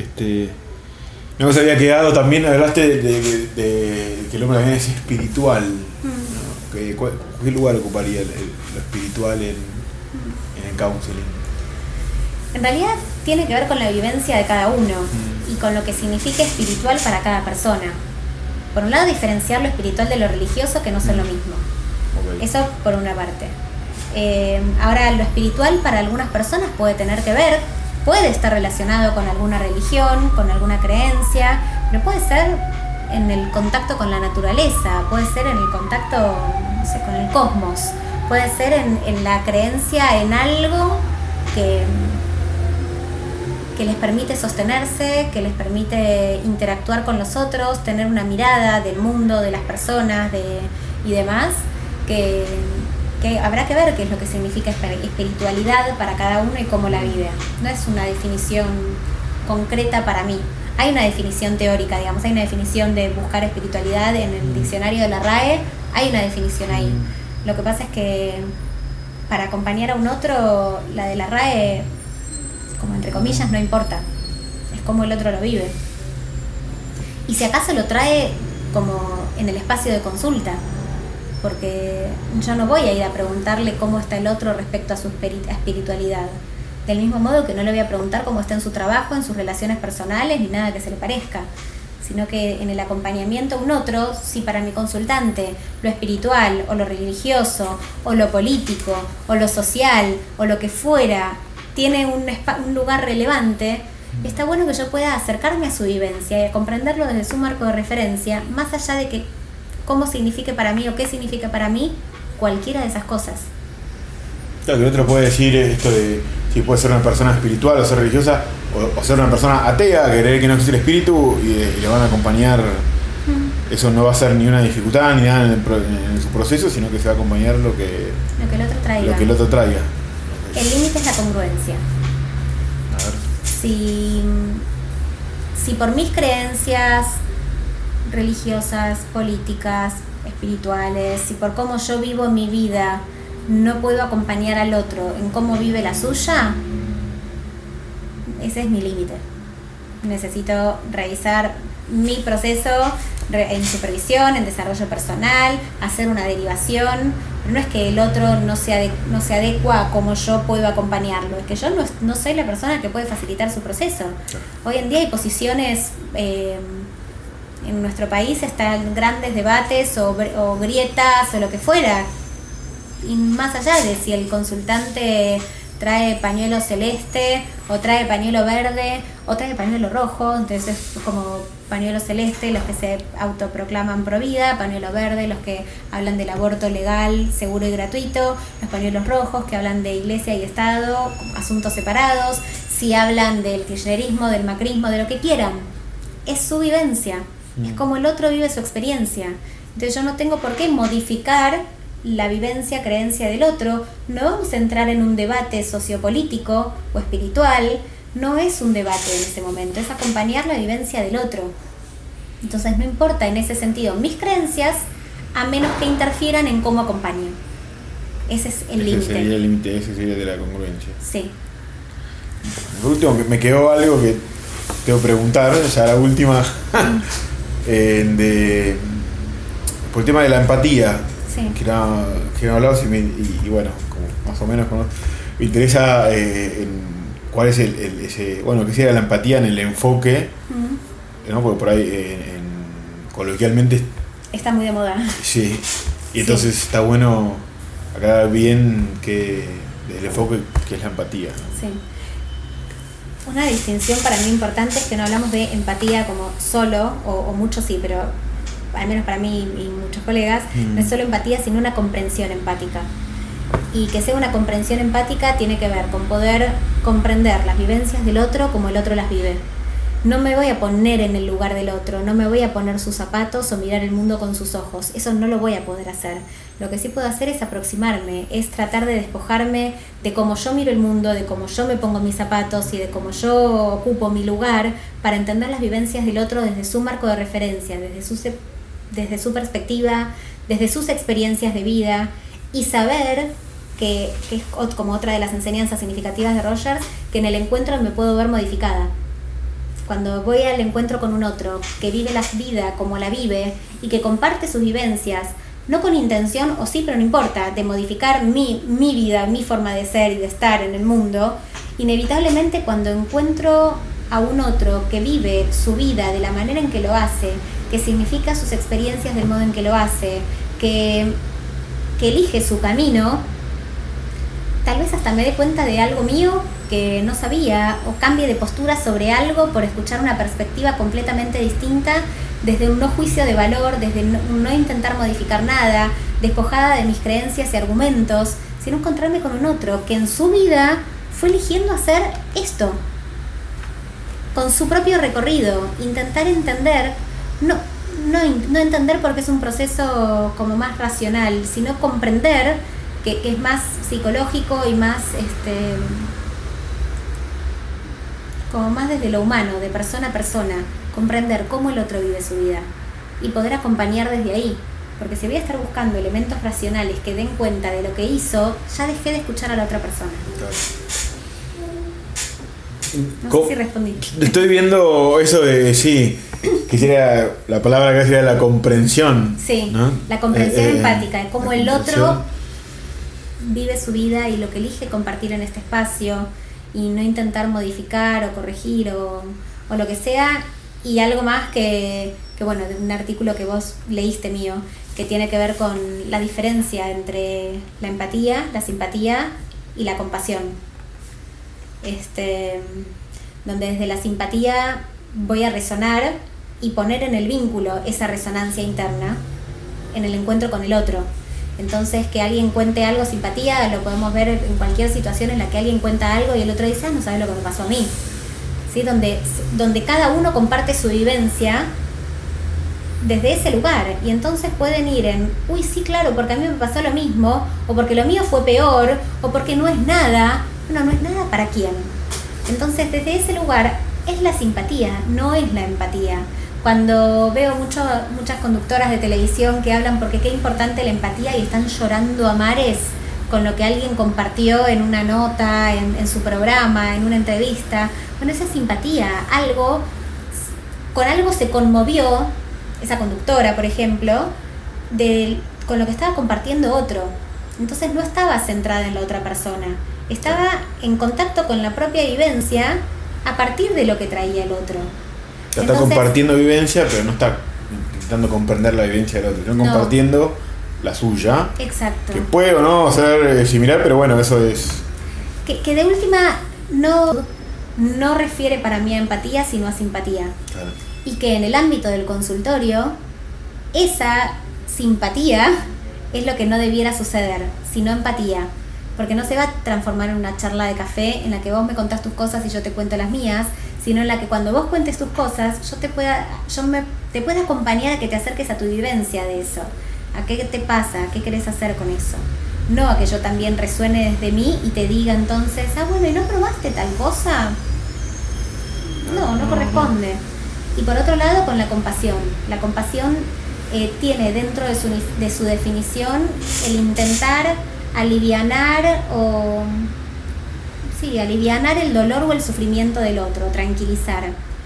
No se había quedado también, hablaste de que el hombre también es espiritual. ¿No? ¿Qué lugar ocuparía lo espiritual en el counseling? En realidad tiene que ver con la vivencia de cada uno y con lo que significa espiritual para cada persona. Por un lado, diferenciar lo espiritual de lo religioso, que no son lo mismo. Okay. Eso por una parte. Ahora, lo espiritual para algunas personas puede tener que ver, puede estar relacionado con alguna religión, con alguna creencia, pero puede ser en el contacto con la naturaleza, puede ser en el contacto, no sé, con el cosmos, puede ser en la creencia en algo que les permite sostenerse, que les permite interactuar con los otros, tener una mirada del mundo, de las personas y demás, que habrá que ver qué es lo que significa espiritualidad para cada uno y cómo la vive. No es una definición concreta para mí. Hay una definición teórica, digamos, hay una definición de buscar espiritualidad en el diccionario de la RAE, hay una definición ahí. Lo que pasa es que para acompañar a un otro, la de la RAE, como entre comillas, no importa. Es como el otro lo vive. Y si acaso lo trae como en el espacio de consulta, porque yo no voy a ir a preguntarle cómo está el otro respecto a su espiritualidad. Del mismo modo que no le voy a preguntar cómo está en su trabajo, en sus relaciones personales, ni nada que se le parezca. Sino que en el acompañamiento a un otro, si para mi consultante lo espiritual, o lo religioso, o lo político, o lo social, o lo que fuera, tiene un lugar relevante, está bueno que yo pueda acercarme a su vivencia y a comprenderlo desde su marco de referencia, más allá de que cómo signifique para mí o qué significa para mí cualquiera de esas cosas. Claro, que el otro puede decir esto de si puede ser una persona espiritual o ser religiosa, o ser una persona atea, creer que no existe el espíritu y le van a acompañar. Eso no va a ser ni una dificultad ni nada en su proceso, sino que se va a acompañar lo que el otro traiga. El límite es la congruencia. A ver. Si por mis creencias religiosas, políticas, espirituales, si por cómo yo vivo mi vida no puedo acompañar al otro en cómo vive la suya, ese es mi límite. Necesito revisar mi proceso en supervisión, en desarrollo personal, hacer una derivación. Pero no es que el otro no se adecua a cómo yo puedo acompañarlo, es que yo no soy la persona que puede facilitar su proceso. Hoy en día hay posiciones, en nuestro país están grandes debates o grietas o lo que fuera, y más allá de si el consultante trae pañuelo celeste o trae pañuelo verde o trae pañuelo rojo. Entonces es como pañuelo celeste los que se autoproclaman pro vida, pañuelo verde los que hablan del aborto legal, seguro y gratuito, los pañuelos rojos que hablan de iglesia y Estado, asuntos separados, si hablan del kirchnerismo, del macrismo, de lo que quieran. Es su vivencia, es como el otro vive su experiencia. Entonces yo no tengo por qué modificar la vivencia, creencia del otro. No vamos a entrar en un debate sociopolítico o espiritual, no es un debate en ese momento, es acompañar la vivencia del otro. Entonces no importa en ese sentido mis creencias, a menos que interfieran en cómo acompaño. Ese es el límite. Ese sería el límite, ese sería de la congruencia. Sí. Por último, me quedó algo que tengo que preguntar, ya la última, por el tema de la empatía. Sí. Que no hablabas y bueno, como más o menos me interesa cuál es ese, bueno, que sea la empatía en el enfoque, ¿no? Porque por ahí coloquialmente está muy de moda. Sí, y entonces está bueno aclarar bien el enfoque que es la empatía, ¿no? Sí. Una distinción para mí importante es que no hablamos de empatía como solo, o mucho sí, pero al menos para mí y muchos colegas, no es solo empatía, sino una comprensión empática. Y que sea una comprensión empática tiene que ver con poder comprender las vivencias del otro como el otro las vive. No me voy a poner en el lugar del otro, no me voy a poner sus zapatos o mirar el mundo con sus ojos. Eso no lo voy a poder hacer. Lo que sí puedo hacer es aproximarme, es tratar de despojarme de cómo yo miro el mundo, de cómo yo me pongo mis zapatos y de cómo yo ocupo mi lugar, para entender las vivencias del otro desde su marco de referencia, desde su perspectiva, desde sus experiencias de vida, y saber que es como otra de las enseñanzas significativas de Rogers, que en el encuentro me puedo ver modificada. Cuando voy al encuentro con un otro que vive la vida como la vive y que comparte sus vivencias, no con intención, o sí, pero no importa, de modificar mi vida, mi forma de ser y de estar en el mundo, inevitablemente cuando encuentro a un otro que vive su vida de la manera en que lo hace, que significa sus experiencias del modo en que lo hace, que elige su camino, tal vez hasta me dé cuenta de algo mío que no sabía, o cambie de postura sobre algo por escuchar una perspectiva completamente distinta, desde un no juicio de valor, desde no intentar modificar nada, despojada de mis creencias y argumentos, sino encontrarme con un otro que en su vida fue eligiendo hacer esto, con su propio recorrido, intentar entender, no entender porque es un proceso como más racional, sino comprender que es más psicológico y más como más desde lo humano, de persona a persona, comprender cómo el otro vive su vida y poder acompañar desde ahí. Porque si voy a estar buscando elementos racionales que den cuenta de lo que hizo, ya dejé de escuchar a la otra persona. No sé si respondí. Estoy viendo eso de, sí, quisiera la palabra que sería la comprensión. Sí, ¿no? La comprensión empática, de cómo el otro vive su vida y lo que elige compartir en este espacio, y no intentar modificar o corregir o lo que sea. Y algo más que bueno, de un artículo que vos leíste mío, que tiene que ver con la diferencia entre la empatía, la simpatía y la compasión. Donde desde la simpatía voy a resonar y poner en el vínculo esa resonancia interna en el encuentro con el otro. Entonces, que alguien cuente algo, simpatía, lo podemos ver en cualquier situación en la que alguien cuenta algo y el otro dice, no sabes lo que me pasó a mí. ¿Sí? Donde cada uno comparte su vivencia desde ese lugar, y entonces pueden ir en, uy, sí, claro, porque a mí me pasó lo mismo, o porque lo mío fue peor, o porque no es nada. No es nada para quién. Entonces, desde ese lugar es la simpatía, no es la empatía. Cuando veo muchas conductoras de televisión que hablan porque qué importante la empatía y están llorando a mares con lo que alguien compartió en una nota, en su programa, en una entrevista, bueno, esa es simpatía. Con algo se conmovió esa conductora, por ejemplo, con lo que estaba compartiendo otro. Entonces no estaba centrada en la otra persona, estaba en contacto con la propia vivencia a partir de lo que traía el otro. Está compartiendo vivencia, pero no está intentando comprender la vivencia del otro, está compartiendo la suya. Exacto. Que puede o no ser similar, pero bueno, eso es... Que de última no refiere para mí a empatía, sino a simpatía. Claro. Y que en el ámbito del consultorio, esa simpatía es lo que no debiera suceder, sino empatía. Porque no se va a transformar en una charla de café en la que vos me contás tus cosas y yo te cuento las mías, sino en la que cuando vos cuentes tus cosas, te pueda acompañar a que te acerques a tu vivencia de eso. ¿A qué te pasa? ¿Qué querés hacer con eso? No a que yo también resuene desde mí y te diga entonces, bueno, ¿y no probaste tal cosa? No corresponde. Y por otro lado, con la compasión. La compasión tiene dentro de su definición el intentar alivianar el dolor o el sufrimiento del otro, tranquilizar.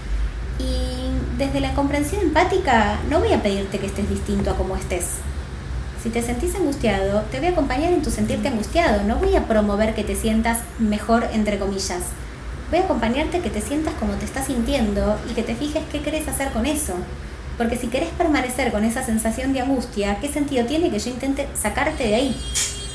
Y desde la comprensión empática no voy a pedirte que estés distinto a como estés. Si te sentís angustiado, te voy a acompañar en tu sentirte angustiado. No voy a promover que te sientas mejor, entre comillas. Voy a acompañarte a que te sientas como te estás sintiendo y que te fijes qué querés hacer con eso. Porque si querés permanecer con esa sensación de angustia, ¿qué sentido tiene que yo intente sacarte de ahí?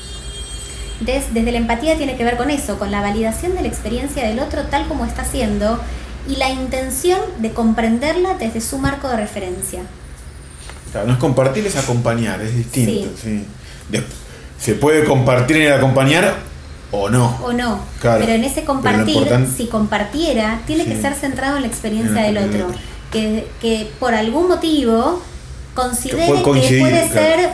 Desde la empatía tiene que ver con eso, con la validación de la experiencia del otro tal como está siendo y la intención de comprenderla desde su marco de referencia. Claro, no es compartir, es acompañar, es distinto. Sí. Se puede compartir en el acompañar o no. Claro. Pero en ese compartir, si compartiera, tiene que ser centrado en la experiencia del otro. Que por algún motivo considere que puede ser,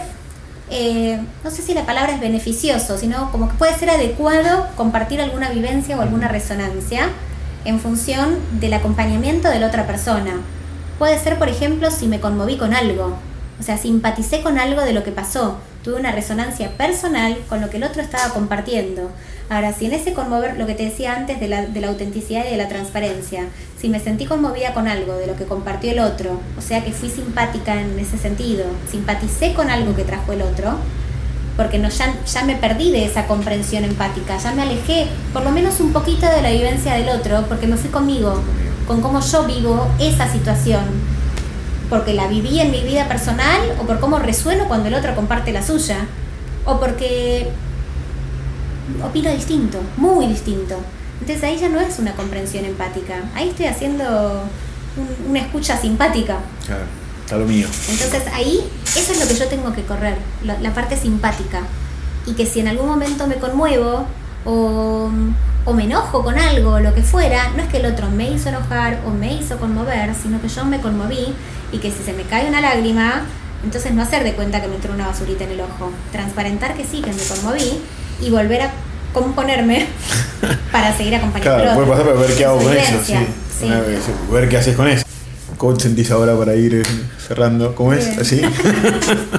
no sé si la palabra es beneficioso, sino como que puede ser adecuado compartir alguna vivencia o alguna resonancia en función del acompañamiento de la otra persona. Puede ser, por ejemplo, si me conmoví con algo, o sea, simpaticé con algo de lo que pasó, tuve una resonancia personal con lo que el otro estaba compartiendo. Ahora, si en ese conmover, lo que te decía antes de la autenticidad y de la transparencia, si me sentí conmovida con algo de lo que compartió el otro, o sea que fui simpática en ese sentido, simpaticé con algo que trajo el otro, porque ya me perdí de esa comprensión empática, ya me alejé por lo menos un poquito de la vivencia del otro, porque me fui conmigo, con cómo yo vivo esa situación, porque la viví en mi vida personal o por cómo resueno cuando el otro comparte la suya, o porque opino distinto, muy distinto. Entonces ahí ya no es una comprensión empática, ahí estoy haciendo una escucha simpática. Claro, está lo mío. Entonces ahí, eso es lo que yo tengo que correr, la parte simpática. Y que si en algún momento me conmuevo o me enojo con algo, lo que fuera, no es que el otro me hizo enojar o me hizo conmover, sino que yo me conmoví y que si se me cae una lágrima, entonces no hacer de cuenta que me entró una basurita en el ojo, transparentar que sí, que me conmoví y volver a componerme para seguir acompañando. Claro, puede pasar, pero ver qué hago con eso, sí. Ver qué haces con eso. ¿Cómo te sentís ahora para ir cerrando? ¿Cómo es? ¿Así?